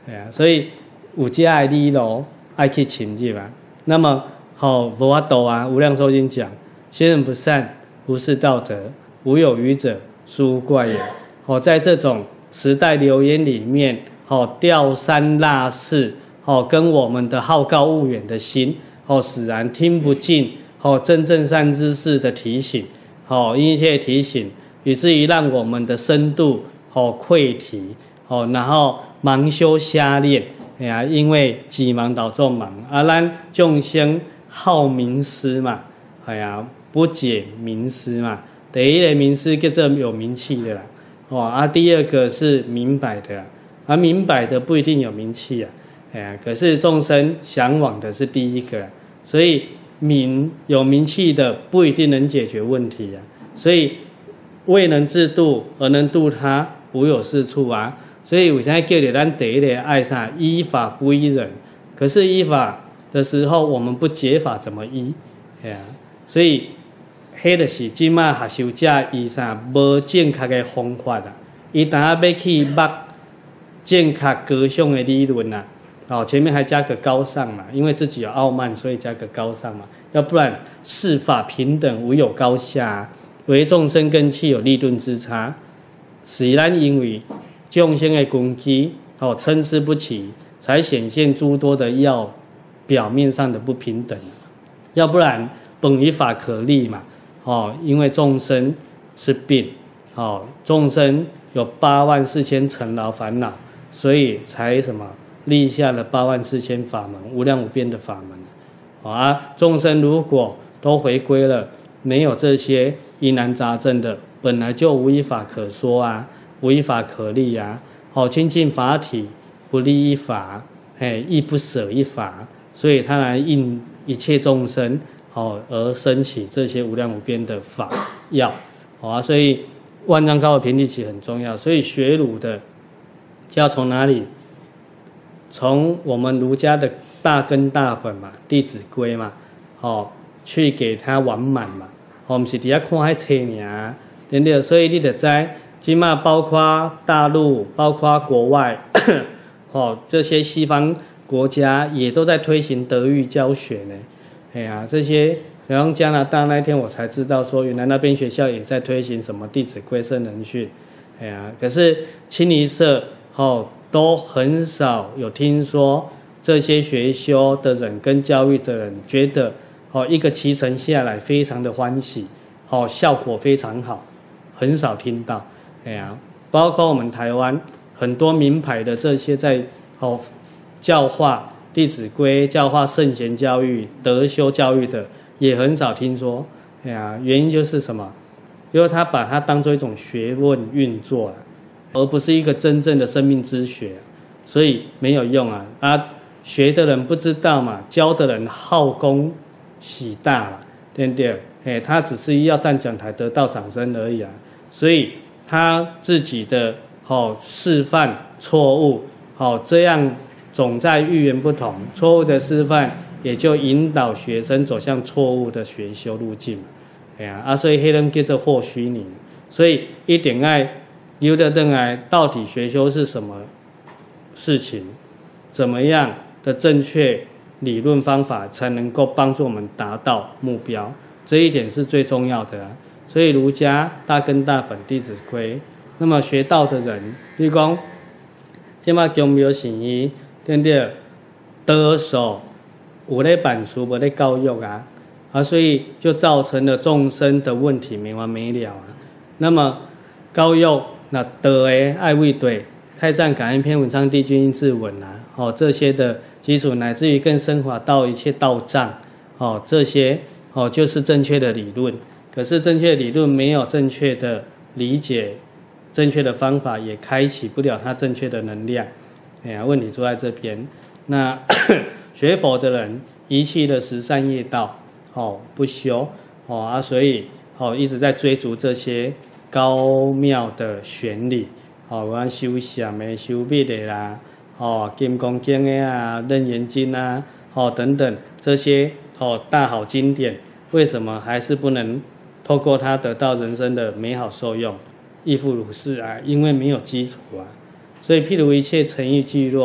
所以有这的理路爱去亲近啊。那么无法度啊，无量寿经讲，先人不善，无视道德，无有余者，殊怪也。在这种时代流言里面，吊三落四，跟我们的好高骛远的心，使然听不进真正善知识的提醒，因一切提醒，以至于让我们的深度溃堤，然后盲修瞎练，因为己盲导众盲，咱众生好名师嘛，不解名师嘛。第一类名师叫做有名气的啦，第二个是明白的啦，明白的不一定有名气可是众生向往的是第一个，所以有名气的不一定能解决问题所以未能自度而能度他，无有是处所以我现在叫你咱第一类爱啥，依法不依人。可是依法的时候，我们不解法怎么依？所以迄就是即马学修者伊啥无正确的方法伊当下要去捌正确高尚的理论前面还加个高尚嘛，因为自己有傲慢，所以加个高尚嘛。要不然世法平等，无有高下，为众生根器有利钝之差，使咱因为众生的根基参差不齐，才显现诸多的表面上的不平等。要不然本于法可立嘛，因为众生是病，众生有84000尘劳烦恼，所以才什么立下了84000法门，无量无边的法门。众生如果都回归了，没有这些疑难杂症的，本来就无一法可说无一法可立亲近法体，不立一法，亦不舍一法，所以他来应一切众生而升起这些无量无边的法要所以万丈高的平地起很重要。所以学儒的就要从哪里？从我们儒家的大根大本嘛，《弟子规》嘛，去给他完满嘛，不是底下看迄册尔，对不对？所以你得知，今嘛包括大陆，包括国外，这些西方国家也都在推行德育教学呢。这些，比方加拿大那天我才知道说，原来那边学校也在推行什么《弟子规》圣人训。可是清一色都很少有听说这些学修的人跟教育的人觉得一个期程下来非常的欢喜，效果非常好，很少听到。包括我们台湾很多名牌的这些在教化《弟子规》、教化圣贤教育、德修教育的，也很少听说。原因就是什么？因为他把它当作一种学问运作而不是一个真正的生命之学，所以没有用学的人不知道嘛，教的人好功喜大嘛，对不对？他只是要站讲台得到掌声而已所以他自己的示范错误，这样总在寓言不同，错误的示范也就引导学生走向错误的学修路径所以迄人叫做惑虚拟。所以一定要留得回来，到底学修是什么事情，怎么样的正确理论方法才能够帮助我们达到目标，这一点是最重要的所以儒家大根大本《弟子规》，那么学道的人，你说现在宗庙信义，对不对？多数有在办书，无在教育所以就造成了众生的问题没完没了那么教育那德的爱为对太上感恩篇文昌帝君应自稳这些的基础，乃至于更升华到一切道藏这些就是正确的理论。可是正确的理论没有正确的理解，正确的方法也开启不了它正确的能量问题出在这边。那学佛的人遗弃了十善业道不修所以一直在追逐这些高妙的玄理我修禅的、修密的啦金刚经的楞严经等等这些大好经典，为什么还是不能透过它得到人生的美好受用？亦复如是因为没有基础所以譬如一切诚意聚落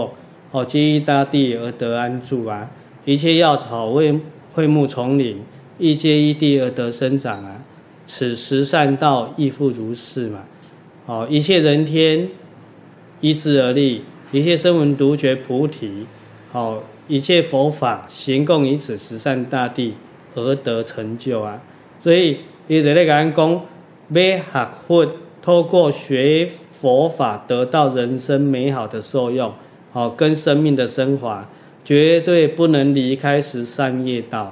基依大地而得安住啊，一切药草卉木丛林，亦皆依地而得生长啊。此十善道亦复如是嘛。一切人天依之而立，一切声闻独觉菩提，一切佛法行供以此十善大地而得成就啊。所以伊就咧甲咱讲，要学佛，透过学佛法得到人生美好的受用，跟生命的升华，绝对不能离开十善业道。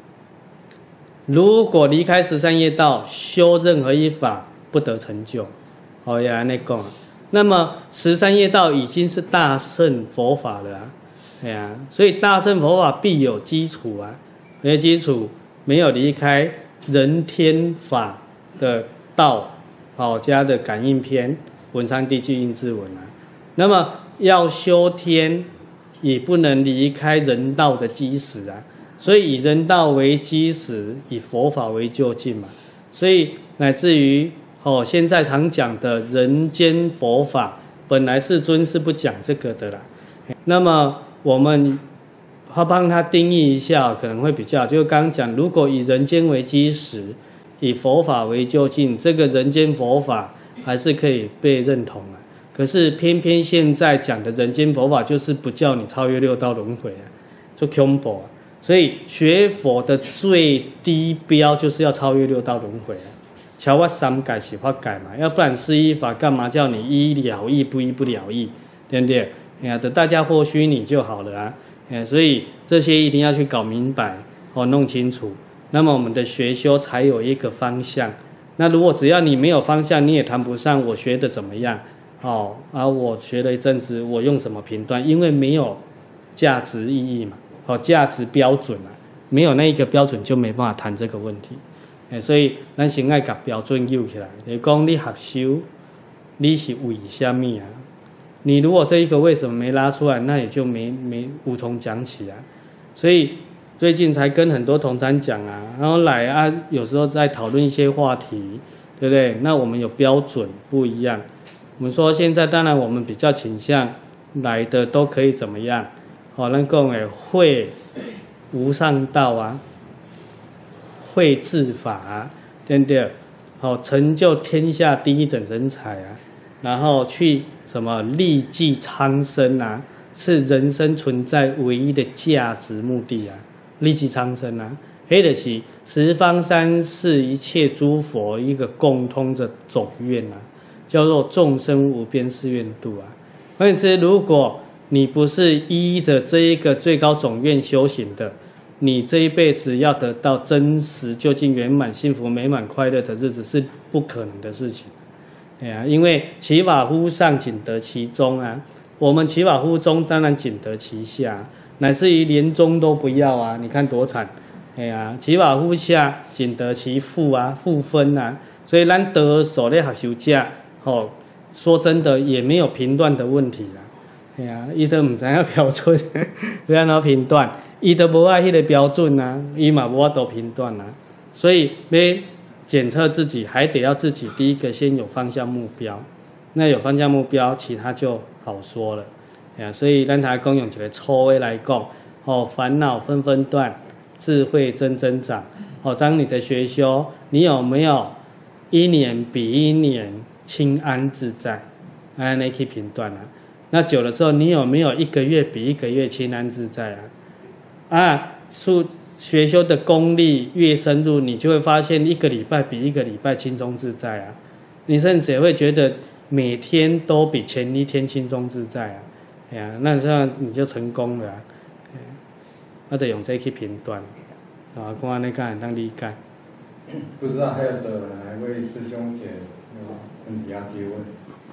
如果离开十善业道，修任何一法不得成就。也安尼讲，那么十善业道已经是大乘佛法了啊，所以大乘佛法必有基础啊，没有基础，没有离开人天法的道，加的感应篇、文昌帝纪应智文啊。那么要修天，也不能离开人道的基石啊。所以以人道为基石，以佛法为就近嘛。所以乃至于现在常讲的人间佛法，本来世尊是不讲这个的啦。那么我们帮他定义一下，可能会比较，就刚刚讲，如果以人间为基石，以佛法为就近，这个人间佛法还是可以被认同啊。可是偏偏现在讲的人间佛法，就是不叫你超越六道轮回啊，就恐怖啊。所以学佛的最低标就是要超越六道轮回啊。超越三界是法界嘛，要不然四依法干嘛叫你一了义不一不了义，对不对？等大家或虚你就好了啊。所以这些一定要去搞明白弄清楚，那么我们的学修才有一个方向。那如果只要你没有方向，你也谈不上我学的怎么样我学了一阵子，我用什么评断？因为没有价值意义嘛，价值标准啊，没有那一个标准就没办法谈这个问题。所以咱先爱把标准有起来。你讲你学修，你是为什么啊？你如果这一个为什么没拉出来，那也就没无从讲起啊。所以最近才跟很多同参讲啊，然后来啊，有时候在讨论一些话题，对不对？那我们有标准不一样。我们说现在当然我们比较倾向来的都可以怎么样？咱讲的会无上道啊。会治法啊，对不对？成就天下第一等人才啊，然后去什么利济苍生啊，是人生存在唯一的价值目的啊，利济苍生啊，那就是十方三世一切诸佛一个共通的总愿啊，叫做众生无边誓愿度啊。换言之，如果你不是依着这一个最高总愿修行的，你这一辈子要得到真实究竟圆满幸福美满快乐的日子是不可能的事情。因为其法乎上仅得其中啊，我们其法乎中当然仅得其下，乃至于连中都不要啊，你看多惨。其法乎下仅得其负啊，负分啊，所以咱得所咧学修者说真的也没有评断的问题啦。他都不知道标准要怎么评断，他都没有那个标准啊，他也没法度评断啊。所以要检测自己，还得要自己第一个先有方向目标，那有方向目标，其他就好说了。所以咱台讲用一个粗的来讲，烦恼纷纷断，智慧真真长。当你的学修，你有没有一年比一年清安自在？按你去评断啊。那久了之后，你有没有一个月比一个月清安自在啊？学修的功力越深入，你就会发现一个礼拜比一个礼拜轻松自在啊。你甚至也会觉得每天都比前一天轻松自在啊。那这样你就成功了啊。那得用这去评断啊，看安尼敢会当理解。 不知道还有什么人来为师兄姐问题要提问？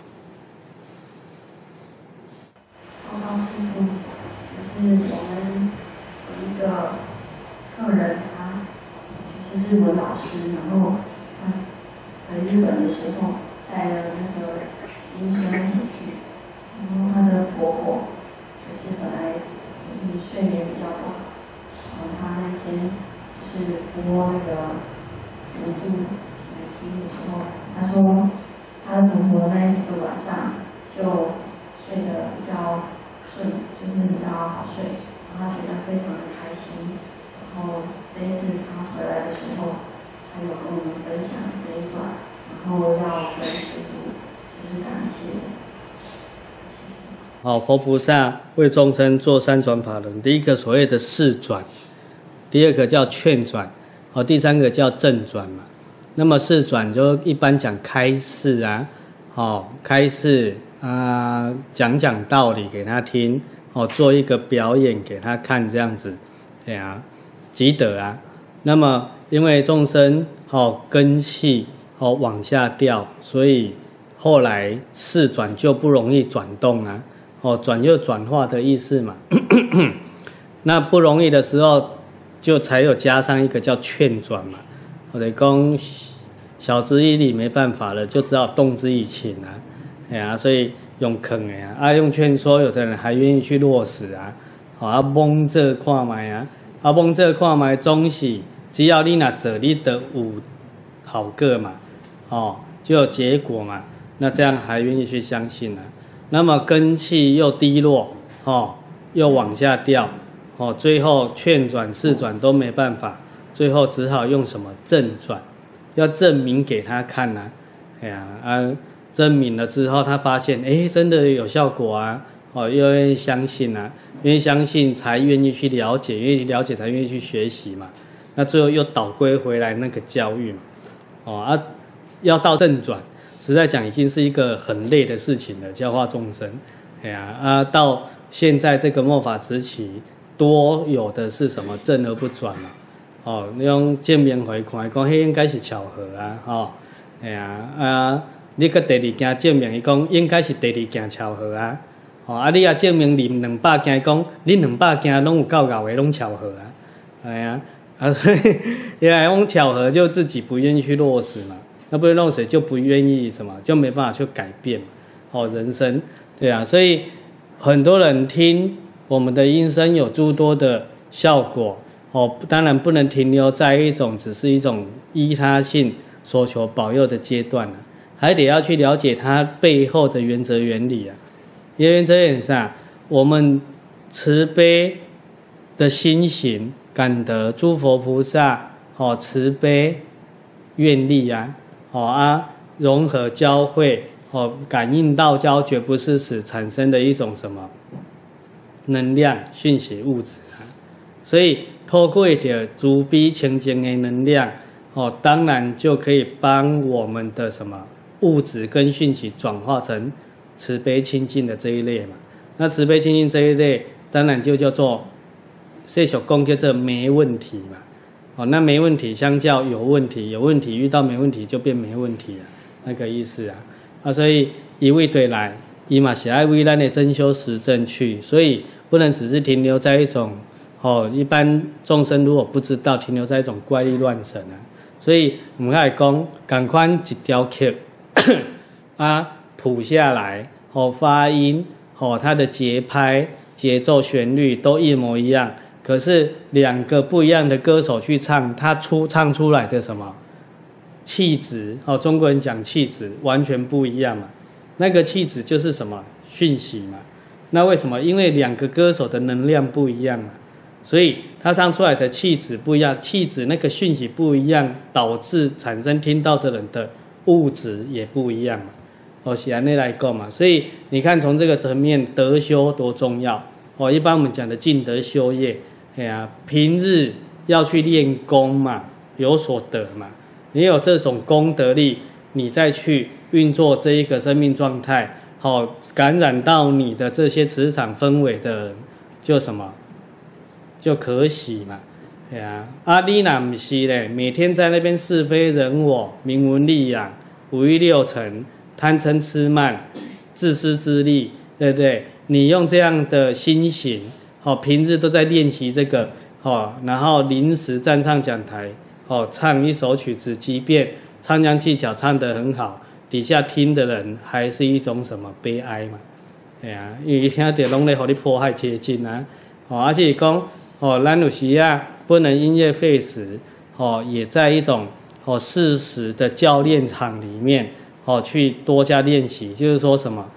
报告师父，就是我们有一个客人，他就是日文老师，然后他回日本的时候带了那个医生出去，然后他的婆婆就是本来就是睡眠比较不好，然后他那天是播那个辅助来听的时候，他说他的婆婆那一个晚上就睡得比较就是比较好睡，然后他觉得非常的开心。然后这一次他回来的时候，他有跟我们分享这一段，然后要跟师父就是感谢。 好，佛菩萨为众生做三转法轮，第一个所谓的示转，第二个叫劝转，第三个叫正转嘛。那么示转就一般讲开示啊，开示啊，讲道理给他听，做一个表演给他看这样子，对啊，积德啊。那么因为众生根气往下掉，所以后来示转就不容易转动啊。转就转化的意思嘛。那不容易的时候，就才有加上一个叫劝转嘛。我得讲晓之以理没办法了，就只好动之以情啊。哎呀，所以用坑用劝说，有的人还愿意去落实啊。蒙这看卖蒙这看卖总是只要你那做，你得有好个嘛，就有结果嘛。那这样还愿意去相信那么根气又低落，又往下掉，最后劝转示转都没办法，最后只好用什么正转，要证明给他看证明了之后，他发现真的有效果又愿意相信愿意相信才愿意去了解，愿意了解才愿意去学习嘛。那最后又倒归回来那个教育嘛，要到正转。实在讲，已经是一个很累的事情了，教化众生。到现在这个末法时期，多有的是什么正而不转嘛？你用见面回看，讲迄应该是巧合你个第二件证明，伊讲应该是第二件巧合你也证明啉200件，讲恁200件拢有够熬的，拢巧合所以原来用巧合就自己不愿意去落实嘛。那不愿意落实就不愿意什么，就没办法去改变人生，对啊。所以很多人听我们的音声有诸多的效果当然不能停留在只是一种依他性所求保佑的阶段还得要去了解它背后的原则原理原则原理上，我们慈悲的心行感得诸佛菩萨慈悲愿力融合交汇感应道交绝不是使产生的一种什么能量讯息物质所以透过的慈悲清净的能量当然就可以帮我们的什么物质跟讯息转化成慈悲清净的这一类嘛。那慈悲清净这一类当然就叫做世俗讲叫做没问题嘛。那没问题相较有问题，有问题遇到没问题就变没问题那个意思所以一味对来伊嘛是爱为咱的真修实证去，所以不能只是停留在一种一般众生如果不知道，停留在一种怪力乱神所以我们来讲赶快一条曲谱下来发音它的节拍节奏旋律都一模一样，可是两个不一样的歌手去唱，他唱出来的什么气质中国人讲气质完全不一样嘛。那个气质就是什么讯息嘛。那为什么？因为两个歌手的能量不一样嘛，所以他唱出来的气质不一样，气质那个讯息不一样，导致产生听到的人的物质也不一样嘛。是按呢来讲嘛。所以你看从这个层面德修多重要一般我们讲的尽德修业平日要去练功嘛，有所得嘛。你有这种功德力，你再去运作这一个生命状态感染到你的这些磁场氛围的人，就什么就可喜嘛。你若不是咧，每天在那边是非人我、名闻利养、五欲六尘、贪嗔痴慢、自私自利，对不对？你用这样的心行平日都在练习这个然后临时站上讲台唱一首曲子，即便唱腔技巧唱得很好，底下听的人还是一种什么悲哀嘛。因为听到拢在给你破坏接近而且讲咱有时不能因噎废食也在一种适时的教练场里面去多加练习。就是说什么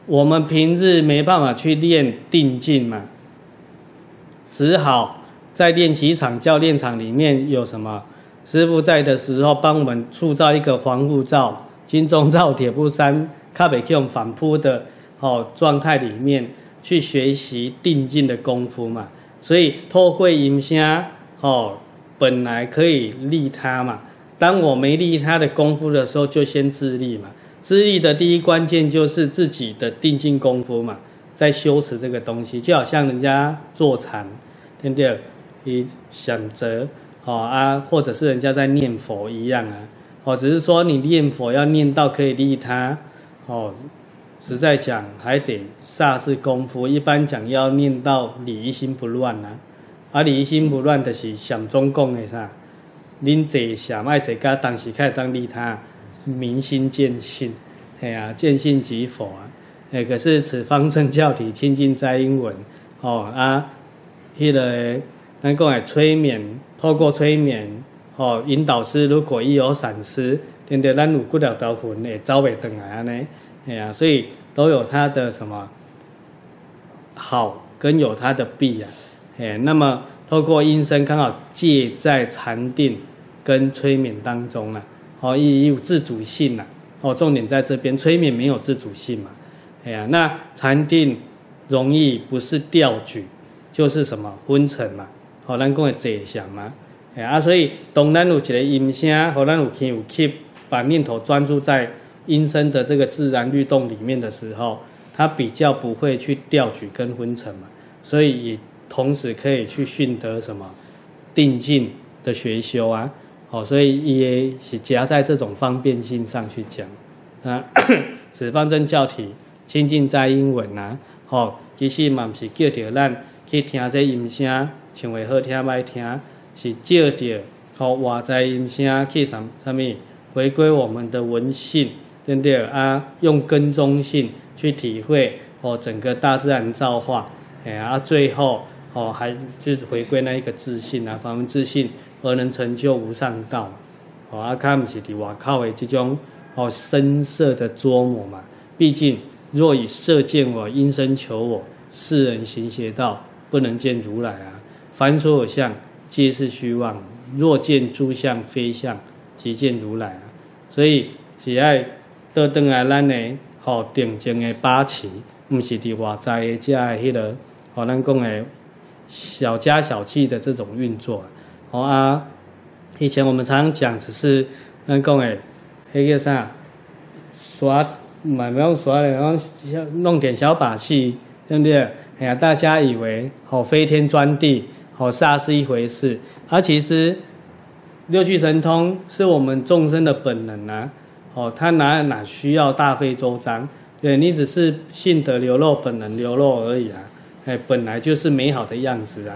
我们平日没办法去练定境嘛，只好在练习场、教练场里面有什么师父在的时候，帮我们塑造一个防护罩，金钟罩铁布衫，较袂去用反扑的状态里面去学习定境的功夫嘛。所以透过音声本来可以利他嘛。当我没利他的功夫的时候，就先自立嘛。自立的第一关键就是自己的定境功夫嘛，在修持这个东西，就好像人家坐禅，对不对？以想着或者是人家在念佛一样啊，只是说你念佛要念到可以利他实在讲还得煞是功夫。一般讲要念到礼一心不乱礼一心不乱就是禅宗讲的啥？恁坐禅爱坐到当时开始当利他，明心见性，见性即佛可是此方正教体清净斋英文迄个咱讲的催眠，透过催眠引导师如果一有闪失，对不对？咱有几条条魂会走袂回来安尼，所以都有它的什么好跟有它的弊那么透过音声刚好介在禅定跟催眠当中也有自主性重点在这边，催眠没有自主性嘛，那禅定容易不是调举，就是什么昏沉嘛，咱讲的坐禅嘛，所以当咱有一个音声，咱有气有气，把念头专注在音声的这个自然律动里面的时候，它比较不会去调举跟昏沉嘛，所以也同时可以去训得什么定境的学修所以也是夹在这种方便性上去讲此方正教体清净斋英文其实嘛不是叫着咱去听这音声，唱会好听歹听，是叫着外在音声去什么回归我们的文性，对不对用根中性去体会整个大自然造化，最后还就是回归那一个自信法门自信，而能成就无上道较不是伫外口的这种深色的捉摸嘛。毕竟若以色见我，因声求我，世人行邪道，不能见如来凡所有相，皆是虚妄。若见诸相非相，即见如来所以是爱倒转来咱的定静的把持，不是伫外在的这的迄个咱讲的小家小气的这种运作以前我们常常讲，只是咱讲的迄个啥耍，买不用耍的，弄点小把戏，对不对？大家以为飞天钻地，煞是一回事，其实六趣神通是我们众生的本能他哪需要大费周章？对，你只是性德流露，本能流露而已本来就是美好的样子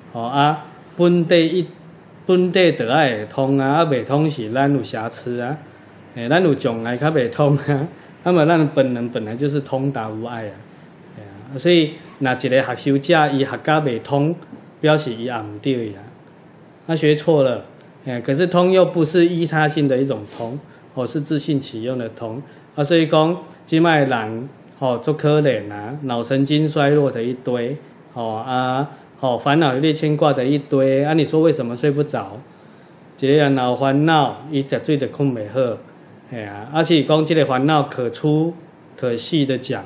本地就爱会通袂通是咱有瑕疵咱有障碍较袂通那么咱本能本来就是通达无碍所以若一个学修者伊学甲袂通，表示伊也唔对他学错了可是通又不是依他性的一种通是自性起用的通所以讲现在的人足可怜脑神经衰弱的一堆烦恼有牵挂的一堆你说为什么睡不着？一个人有烦恼，伊食水就困袂好而且讲这个烦恼可粗可细的讲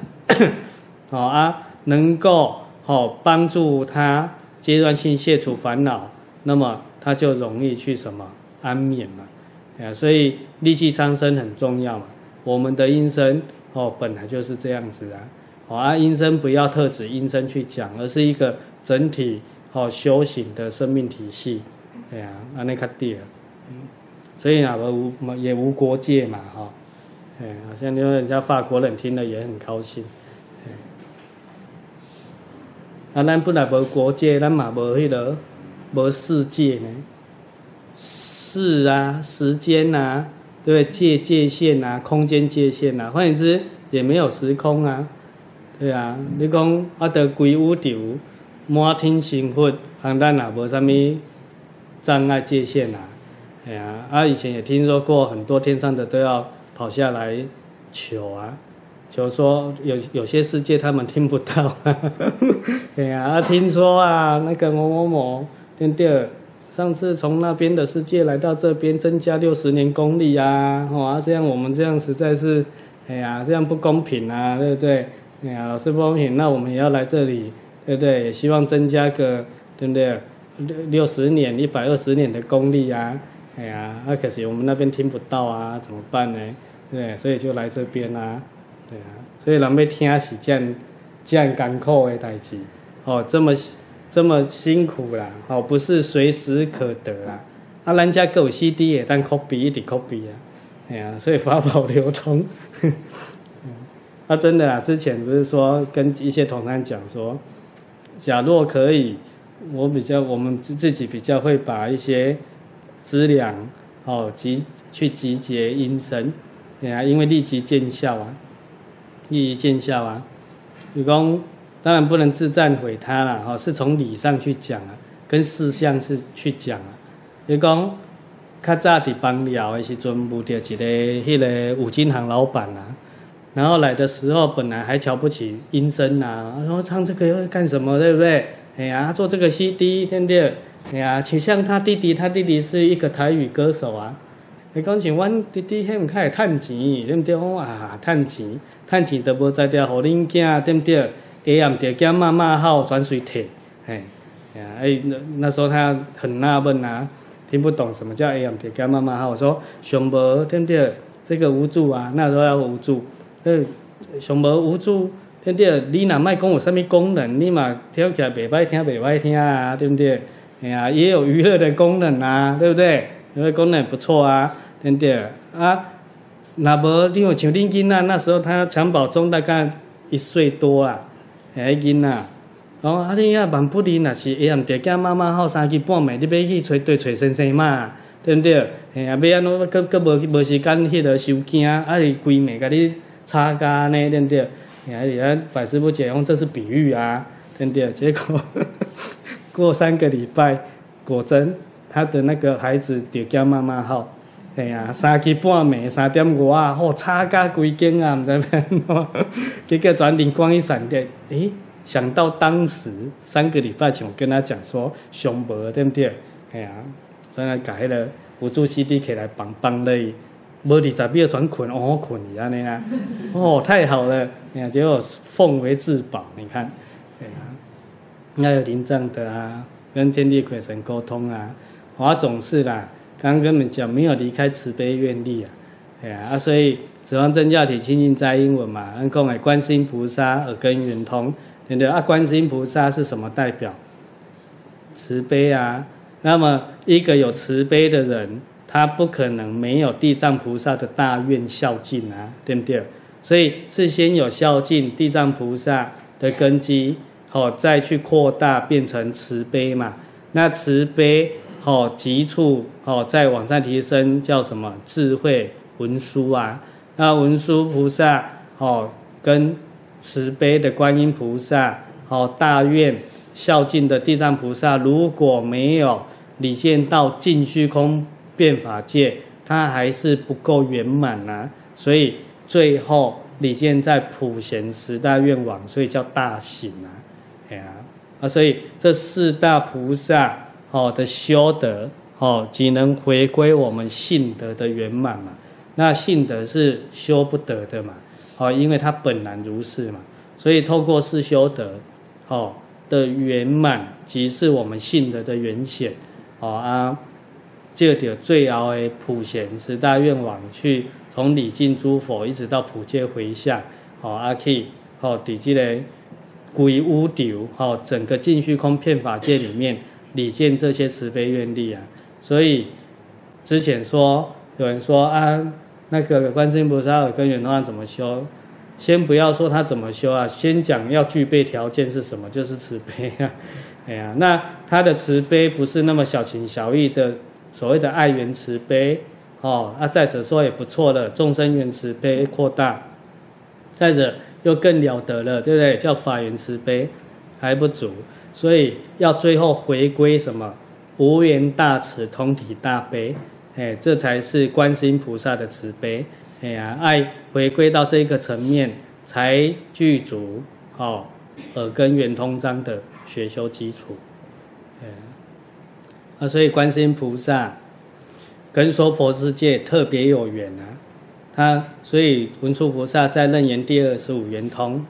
能够帮助他阶段性卸除烦恼，那么他就容易去什么安眠嘛所以力气苍生很重要嘛。我们的音声本来就是这样子音声不要特指音声去讲，而是一个整体修行的生命体系安尼较对所以也无国界嘛好像因为人家法国人听了也很高兴咱本来无国界，咱嘛无迄个无世界呢，世时间对不对？界限空间界限换言之也没有时空对你讲得规宇宙满天星佛，咱也无啥物障碍界限以前也听说过很多天上的都要跑下来求就说有些世界他们听不到，对啊，听说啊那个某某某，对不对？上次从那边的世界来到这边，增加60年功力啊，这样我们这样实在是，哎呀，这样不公平啊，对不对？哎呀，老师不公平，那我们也要来这里，对不对？也希望增加个，对不对？60年、120年的功力啊，哎呀，可惜我们那边听不到啊，怎么办呢？对，所以就来这边啊，对啊，所以人要听是这样艰苦的代志，这么辛苦啦，不是随时可得啦。咱家各有 CD 也当 copy 一直 copy 啊，哎呀，所以法宝流通。真的啦，之前不是说跟一些同参讲说，假若可以，我们自己比较会把一些资粮去集结阴身，哎呀，因为立即见效啊，比如说当然不能自赞毁他啦，是从理上去讲啊，跟事项是去讲啊。比如说较早伫邦寮的时阵，遇到一个五金行老板啊，然后来的时候本来还瞧不起阴森啊，然后唱这个要干什么，对不对？哎呀，他做这个 CD， 对不对？哎呀，就像他弟弟是一个台语歌手啊。你讲像阮弟弟迄毋较会趁钱，对不对？趁钱都无在遮，互恁囝，对不对？下暗就惊骂骂号转水铁，那时候他很纳闷啊，听不懂什么叫下暗就惊骂骂号。我说上无对不对？这个无助啊，那时候要无助，上无无助对不对？你若莫讲有啥物功能，你嘛听起来袂歹听啊，对不对？哎呀，也有娱乐的功能啊，对不对？娱乐功能也不错啊，对不对？啊，若无你有像恁囡仔那时候他襁褓中大概1岁多啊。囡仔，你啊万不离，若是下暗就惊妈妈好3更半暝，你要去找先生嘛，对不对？要安怎？佮无时间迄个收惊，是规暝甲你擦干呢，对不对？百师傅讲这是比喻啊，对不对？结果过3个礼拜，果真他的那个孩子就惊妈妈好。3更半暝3點5啊，差甲规間啊，唔知咩，結果轉靈光一閃電，想到當時3個禮拜前我跟他講說上無，對不對？所以把迄個輔助 CD 起來幫你，無20秒轉困，困去安尼啊，太好了，結果奉為至寶，你看，那有靈藏的啊，跟天地鬼神溝通啊，我總是啦。剛剛跟你們講，沒有離開慈悲願力啊，所以指方正教體清淨齋英文嘛，按講觀世音菩薩耳根圓通，對不對？觀世音菩薩是什麼代表？慈悲啊。那麼一個有慈悲的人，他不可能沒有地藏菩薩的大願孝敬啊，對不對？所以是先有孝敬地藏菩薩的根基，再去擴大變成慈悲嘛。那慈悲急處再往上提升叫什麼？智慧文殊啊，那文殊菩薩跟慈悲的觀音菩薩大願孝敬的地藏菩薩，如果沒有理現到盡虛空變法界，它還是不夠圓滿啊。所以最後理現在普賢十大願王，所以叫大行啊。所以這4大菩薩的修德只能回歸我們性德的圓滿嘛。那性德是修不得的嘛，因為它本然如是嘛。所以透過四修德的圓滿，即是我們性德的圓顯借着最後的普賢十大願王去從禮敬諸佛一直到普界迴向可以在這個歸烏丟整個盡虛空遍法界裡面理見這些慈悲願力啊。所以之前說有人說那個觀世音菩薩耳根圓通怎麼修，先不要說他怎麼修啊，先講要具備條件是什麼，就是慈悲啊。那他的慈悲不是那麼小情小義的所謂的愛緣慈悲再者說也不錯了，眾生緣慈悲擴大，再者又更了得了，對不對？叫法緣慈悲還不足，所以要最後回歸什麼？無緣大慈，通體大悲，這才是觀世音菩薩的慈悲。愛回歸到這個層面， 才具足耳根圆通章的学修基础。所以观世音菩萨跟娑婆世界特别有缘所以文殊菩萨在楞严第25圆通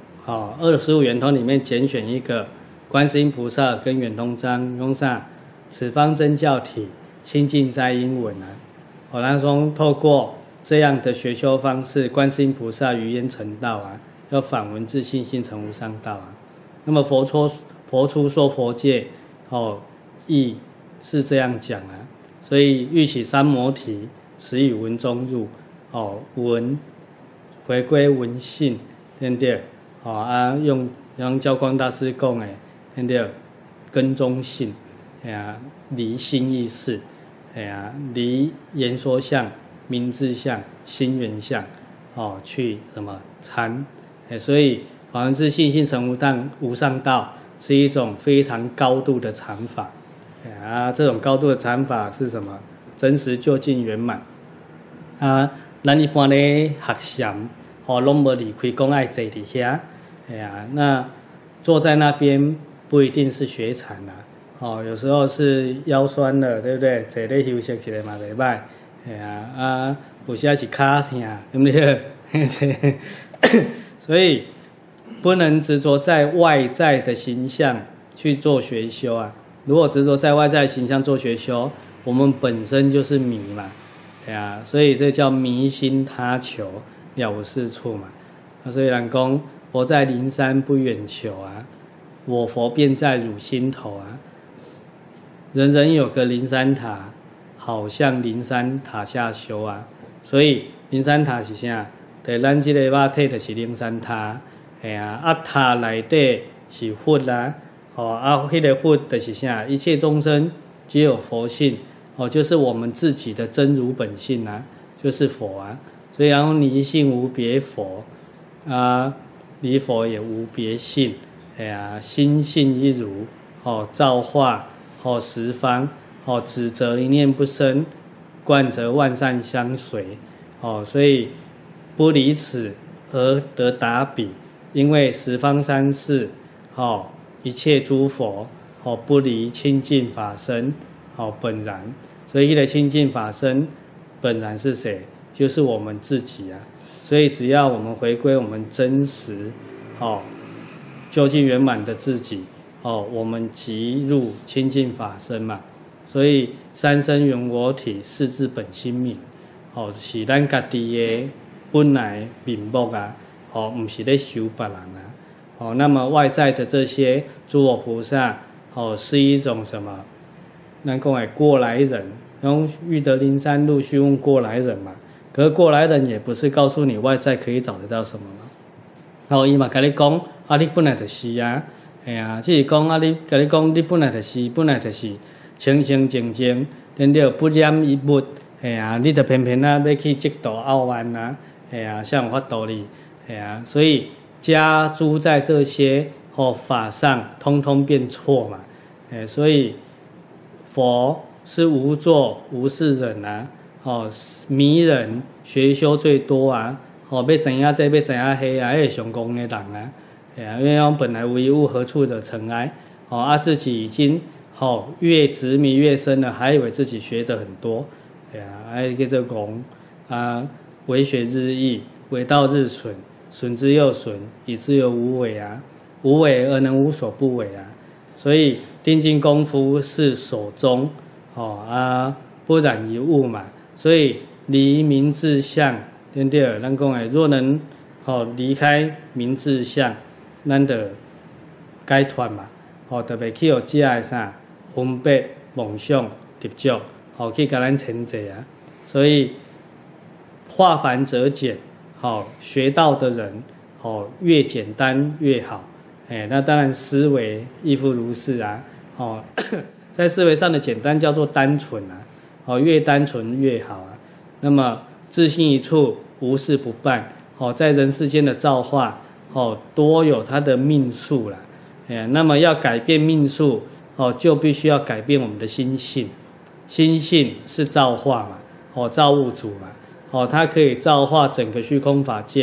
25圆通里面拣选一个观世音菩萨跟圆通章，用上此方真教体清净斋音文他说透过这样的学修方式，观世音菩萨于焉成道要反闻自信心成无上道那么佛出娑婆界亦是这样讲所以欲起三摩提，实以文中入文回归文性，对不对用教光大师讲的，对不对？根中性，离心意识，离言说相、名字相、心缘相，去什么参？所以反闻自信心成无上道是一种非常高度的禅法。这种高度的禅法是什么？真实究竟圆满咱一般咧学禅拢无离开讲爱坐伫遐那坐在那边不一定是学禅有时候是腰酸了，对不对？坐咧休息一下嘛袂歹有时是脚痛，对不对？所以不能执着在外在的形象去做学修如果执着在外在的形象做学修，我们本身就是迷嘛，所以这叫迷心他求，了无是处嘛。所以人讲佛在灵山不远求我佛便在汝心头人人有个灵山塔，好像灵山塔下修所以灵山塔是啥？对，咱这个肉体就是灵山塔，塔内底是佛迄个佛就是啥？一切众生皆有佛性就是我们自己的真如本性就是佛所以然后离性无别佛离佛也无别性心性一如造化十方指责一念不生，观则万善相随所以不离此而得达彼，因为十方三世一切诸佛不离清净法身本然，所以那个清净法身本然是谁？就是我们自己所以只要我们回归我们真实究竟圆满的自己我们即入清净法身嘛。所以三身圆我体，四字本心明是咱家己的本来面目不是在修别人那么外在的这些诸佛菩萨是一种什么？咱讲的过来人，用欲得灵山路须问过来人嘛。可是过来人也不是告诉你外在可以找得到什么嘛。伊嘛跟你讲你本来就是只是讲你跟你讲你本来就是清清净净，对不对？不染一物，你就偏偏要去嫉妒傲慢像有法道理，所以加诸在这些法上，通通变错嘛。所以佛是无作无是人迷人学修最多要怎样这要怎样黑那上公的人因为我们本来无一物，何处惹尘埃自己已经越执迷越深了，还以为自己学得很多叫做讲为学日益，为道日损，损之又损，以至有无为无为而能无所不为所以定境功夫是所中不染一物嘛。所以离名字相，对不对？咱讲的若能离开名字相，咱就解脱嘛。特别去这个啥分别梦想执着去给咱牵制所以化繁则简学到的人越简单越好那当然思维亦复如是在思维上的简单叫做单纯越单纯越好那么自心一处，无事不办在人世间的造化多有它的命数啦那么要改变命数就必须要改变我们的心性。心性是造化嘛造物主嘛它可以造化整个虚空法界，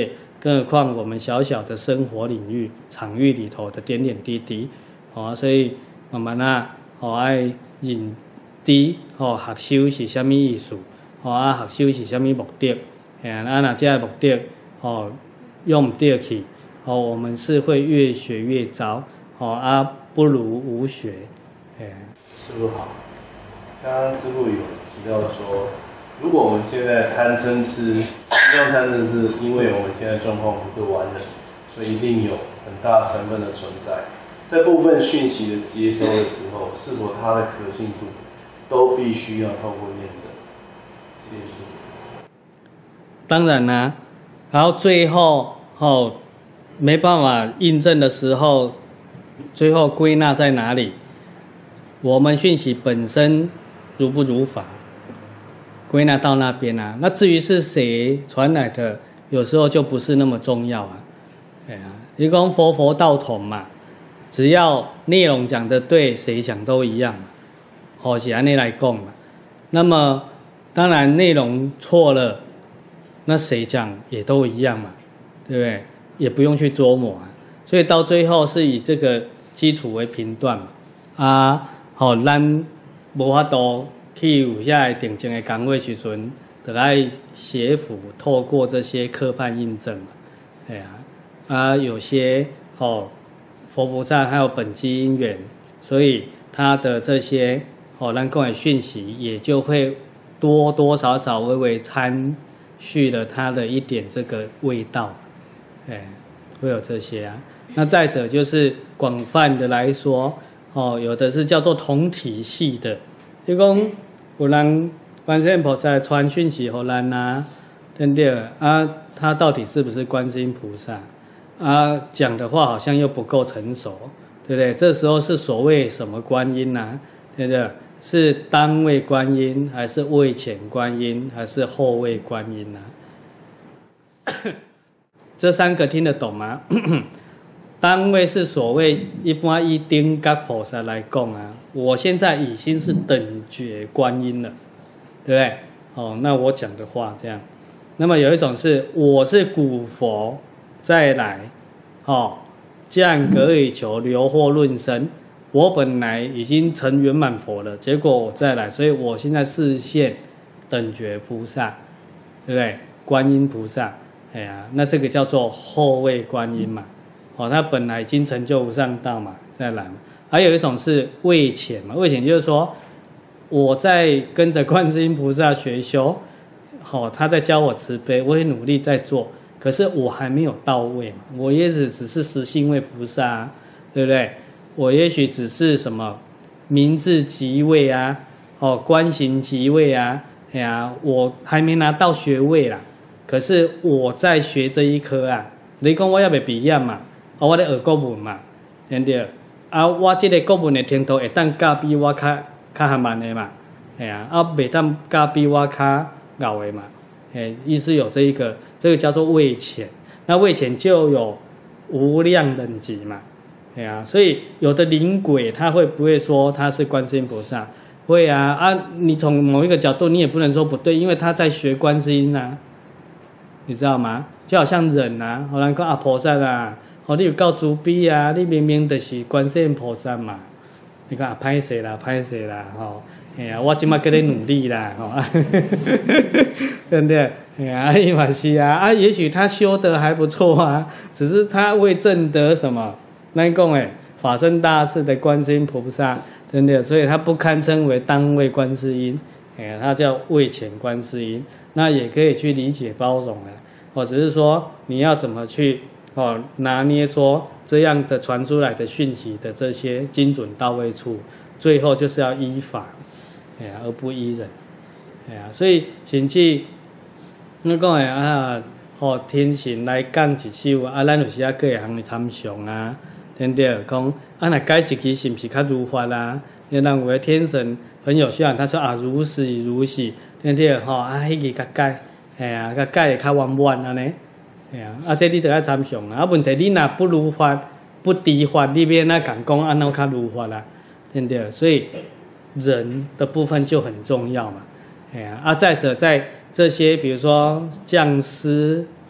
更何况我们小小的生活领域、场域里头的点点滴滴，所以慢慢啊，爱认知，学修是什么意思？学修是什么目的？那这个目的，用不对去，我们是会越学越糟，不如无学。 师父好，刚刚师父有提到说，如果我们现在贪嗔痴，心中贪嗔痴，因为我们现在状况不是完人，所以一定有很大成分的存在。在部分讯息的接收的时候，是否它的可信度都必须要透过验证？谢谢师父。 当然啦，然后最后没办法印证的时候，最后归纳在哪里？我们讯息本身如不如法，归纳到那边啊。那至于是谁传来的，有时候就不是那么重要啊。你讲佛道同嘛，只要内容讲的对，谁讲都一样嘛。是按你来讲嘛。那么当然内容错了，那谁讲也都一样嘛，对不对？也不用去琢磨啊。所以到最后是以这个基础为评断嘛。咱无法度去有遐定正的讲话时阵，就爱协辅透过这些科判印证嘛。有些佛菩萨还有本机因缘，所以他的这些咱讲的讯息也就会多多少少微微参续了他的一点这个味道，会有这些啊。那再者就是广泛的来说，有的是叫做同体系的，就讲有人观世音菩萨传讯息给咱啊，对不对？他到底是不是观世音菩萨？讲的话好像又不够成熟，对不对？这时候是所谓什么观音啊？对不对？是当位观音，还是位前观音，还是后位观音啊？这三个听得懂吗？单位是所谓一般以顶觉菩萨来讲啊，我现在已经是等觉观音了，对不对？那我讲的话这样。那么有一种是我是古佛再来，降格以求留或论生，我本来已经成圆满佛了，结果我再来，所以我现在示现等觉菩萨，对不对？观音菩萨，那这个叫做后位观音嘛。他本来已经成就无上道嘛，再来嘛。还有一种是位前嘛，位前就是说我在跟着观世音菩萨学修，他在教我慈悲，我也努力在做，可是我还没有到位嘛，我也许只是实性位菩萨，对不对？我也许只是什么名字即位啊，观行即位啊，我还没拿到学位啦，可是我在学这一科啊。你讲我还没毕业嘛？我咧学国文嘛，对不对？我这个国文的程度会当教比我较较慢的嘛，袂当教比我较老的嘛，意思有这个叫做位前。那位前就有无量等级嘛，所以有的灵鬼他会不会说他是观世音菩萨？会啊，你从某一个角度你也不能说不对，因为他在学观世音啊，你知道吗？就好像人啊，有人讲菩萨啊。你有够慈悲啊！你明明就是观世音菩萨嘛，你讲歹势啦，我即马叫你努力啦，对不对？伊嘛是啊，也许他修得还不错啊，只是他未证得什么，咱讲法身大士的观世音菩萨，对不对？所以他不堪称为当位观世音，他叫位前观世音，那也可以去理解包容啊，只是说你要怎么去。拿捏说这样的传出来的讯息的这些精准到位处，最后就是要依法，而不依人，所以甚至我讲天神来讲一首咱有时个会通参详啊，对不对？讲若改一句是不是较如法啊？你认为天神很有效，他说如是如是，对不对？迄句较改，较改会较圆满安尼。这你就要参详啊！问题你若不如法、不敌法，你要那讲安怎较如法啦？对不对？所以人的部分就很重要嘛。再者在这些比如说匠师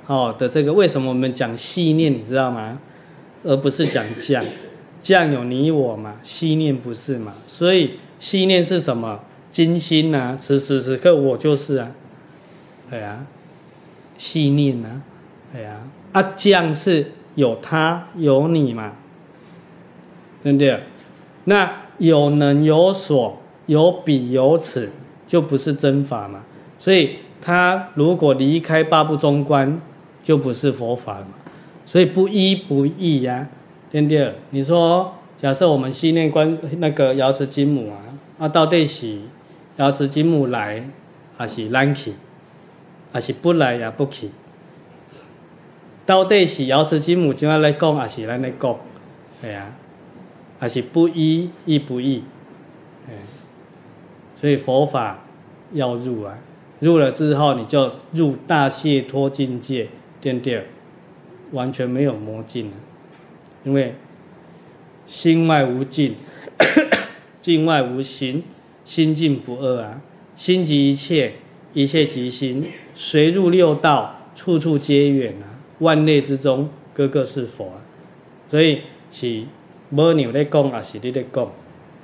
的这个，为什么我们讲细念，你知道吗？而不是讲降，降有你我嘛，细念不是嘛？所以细念是什么？今心啊，此时此刻我就是啊，对啊，细念啊，对啊，啊降是有他有你嘛，对不对？那有能有所，有彼有此，就不是真法嘛。所以他如果离开八不中观，就不是佛法嘛。所以不依不异呀，对不对？你说，假设我们细念观那个瑶池金母啊，到底是瑶池金母来，还是咱去，还是不来也不去？到底是瑶池金母今仔来讲，还是咱来讲？对啊，还是不依依不异？所以佛法要入啊，入了之后你就入大解脱境界，对不对？完全没有魔境了，因为心外无境，境外无心，心境不二啊。心即一切，一切即心，随入六道，处处皆远啊。万类之中，个个是佛啊。所以是无牛在讲，还是你在讲，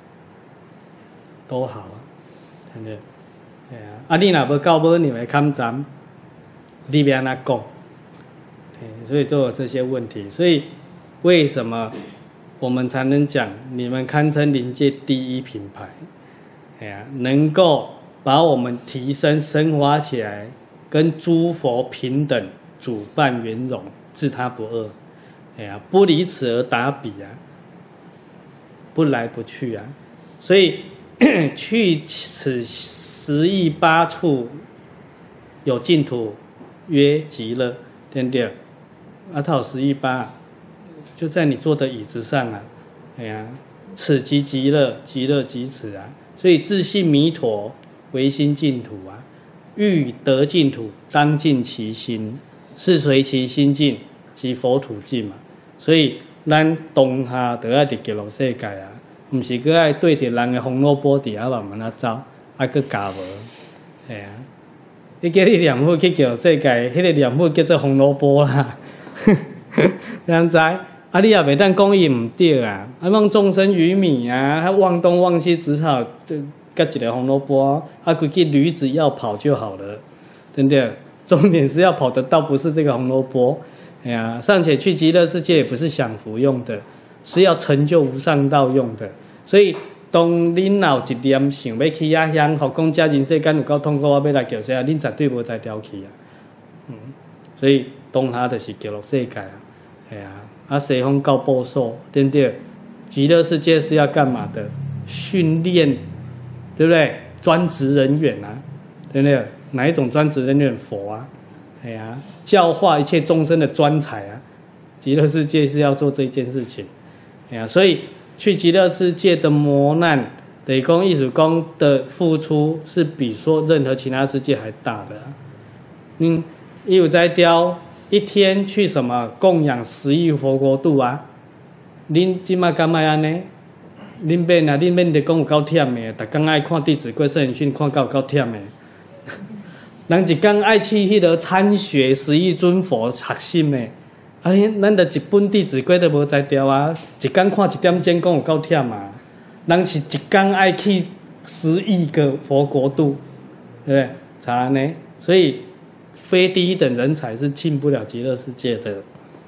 都好啊，对不对？对啊，啊你若要到无牛的坎站，你要安怎讲？所以都有这些问题，所以为什么我们才能讲你们堪称灵界第一品牌？能够把我们提升升华起来，跟诸佛平等，主伴圆融，自他不二。不离此而达彼啊，不来不去啊。所以去此十亿八处有净土，曰极乐，对不对？他有十亿八，就在你坐的椅子上啊，此即极乐，极乐即此啊。所以自信弥陀，唯心净土啊。欲得净土，当尽其心，是随其心境，即佛土境嘛。所以咱当下就要伫极乐世界啊，唔是搁爱对着人的红萝卜底下慢慢啊走，搁加无，你叫你念佛去极乐世界，迄个念佛叫做红萝卜啦。这样知？你也袂当讲伊唔对啊！望众生鱼米啊，忘东忘西，只好就夹一个红萝卜，规个驴子要跑就好了，对不对？重点是要跑得到，不是这个红萝卜。尚且去极乐世界也不是享福用的，是要成就无上道用的。所以，当恁有一念想要去遐乡，或讲这人世间有够痛苦，我要来叫啥？恁绝对无才调去啊！所以当下就是极乐世界啊，西方教报数，对不对？极乐世界是要干嘛的？训练，对不对？专职人员啊，对不对？哪一种专职人员？佛啊，教化一切众生的专才啊！极乐世界是要做这件事情，所以去极乐世界的磨难，等于讲艺术工的付出是比说任何其他世界还大的啊。也有在雕一天去什么供养10亿佛国度啊？恁即马敢爱安尼？恁免啊，恁免得讲有够忝的，逐工爱看《弟子规》圣人训，看到有够忝的。人一天爱去迄个参学10亿尊佛学心的，咱就一本《弟子规》都无在雕啊！一天看1点钟，讲有够忝啊！人是一天爱去10亿个佛国度，对不对？才安尼，所以非第一等人才是进不了极乐世界的。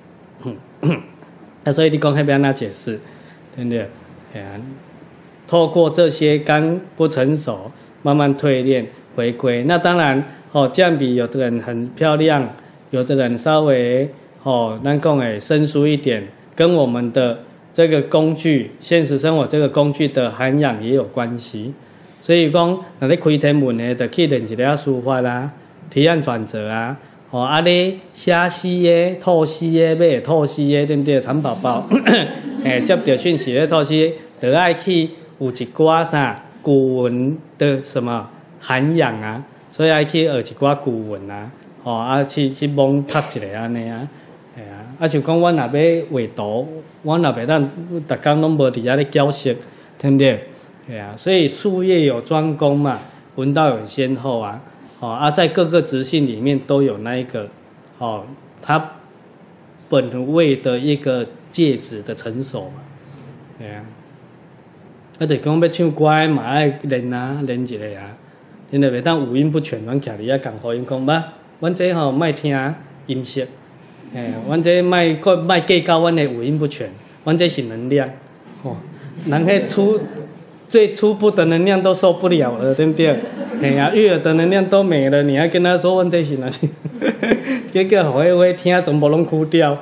所以你讲那边那解释，对不对？透过这些刚不成熟，慢慢蜕炼回归。那当然，这样比有的人很漂亮，有的人稍微咱讲的生疏一点，跟我们的这个工具，现实生活这个工具的涵养也有关系。所以讲，那你开天门的，就去练一下书法啦。提案转折啊，你写诗的、吐诗的、买吐诗的，对不对？蚕宝宝，接到讯息的吐诗，就爱去有一寡啥古文的什么涵养啊，所以爱去学一寡古文啊，去蒙读一下安尼啊，像讲阮若要画图，阮若袂当逐工拢无伫遐咧教识，对不对？所以术业有专攻嘛，文道有先后啊。在各个职性里面都有那一个哦，它本位的一个介质的成熟嘛，对啊。啊，就讲要唱歌嘛爱练啊，练一下啊，因为袂当五音不全，阮徛伫遐共互因讲，捌，阮这吼莫听音色，阮这莫计较阮的五音不全，阮这是能量，吼、人迄最初步的能量都受不了了，对不对？嘿啊，育儿的能量都没了，你还跟他说阮这是哪是？结果互迄位听全部拢哭掉。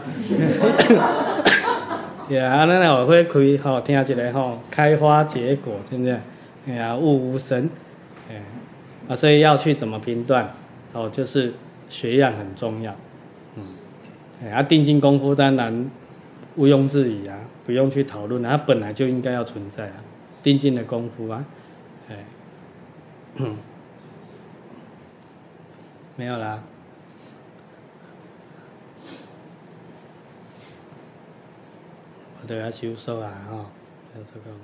对啊，咱后会开吼，听一个吼，开花结果，真的，哎呀，物无神，啊，所以要去怎么评断，哦，就是学样很重要，定睛功夫当然毋庸置疑啊，不用去讨论啊，它本来就应该要存在啊，定睛的功夫啊，没有啦。我都要收手啊！吼，要这个。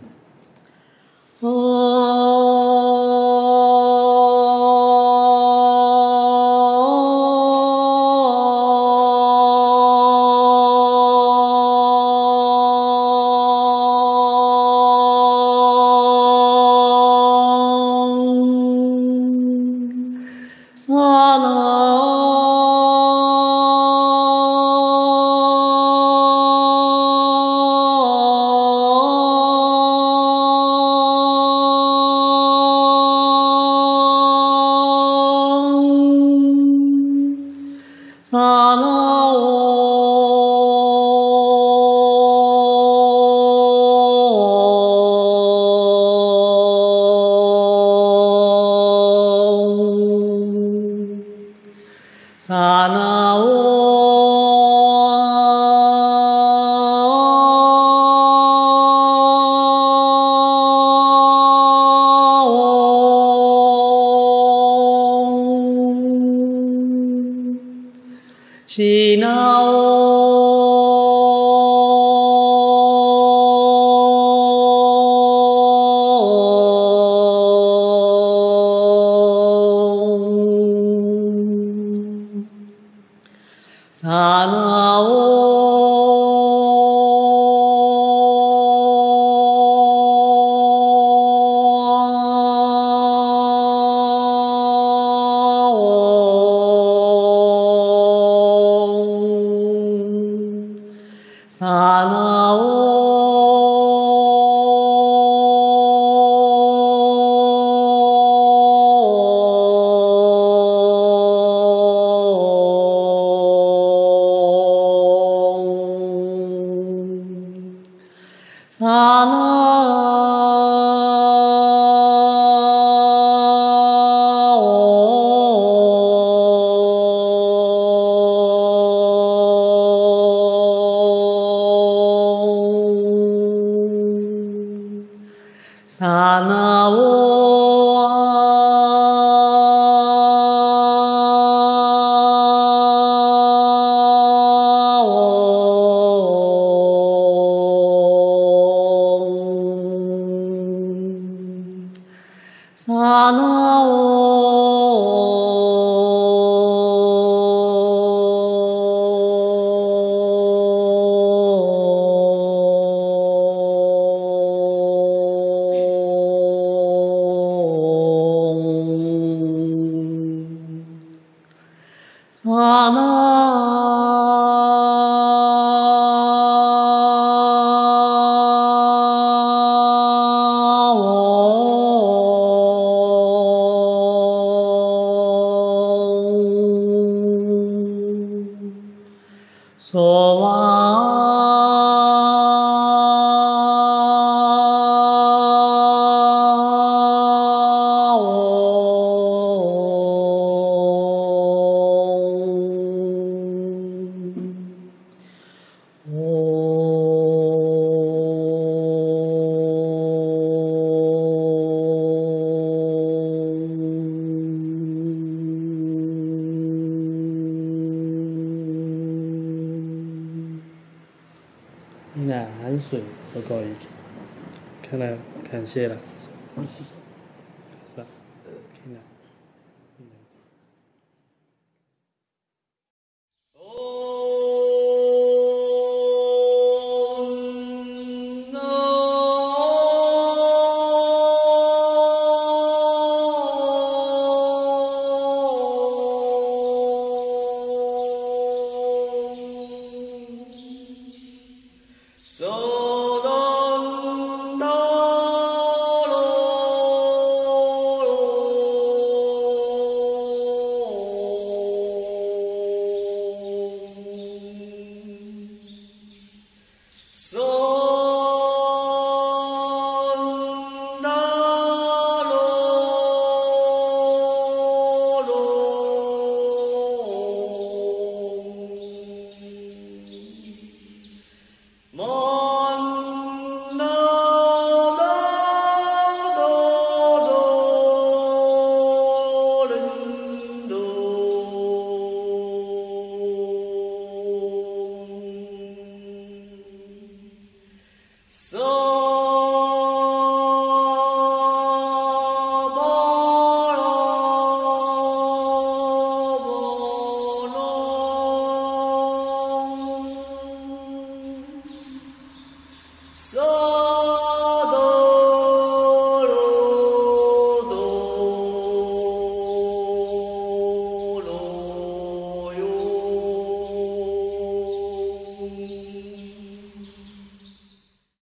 是那寒水不够一点，看来感谢了。是啊，听了。 So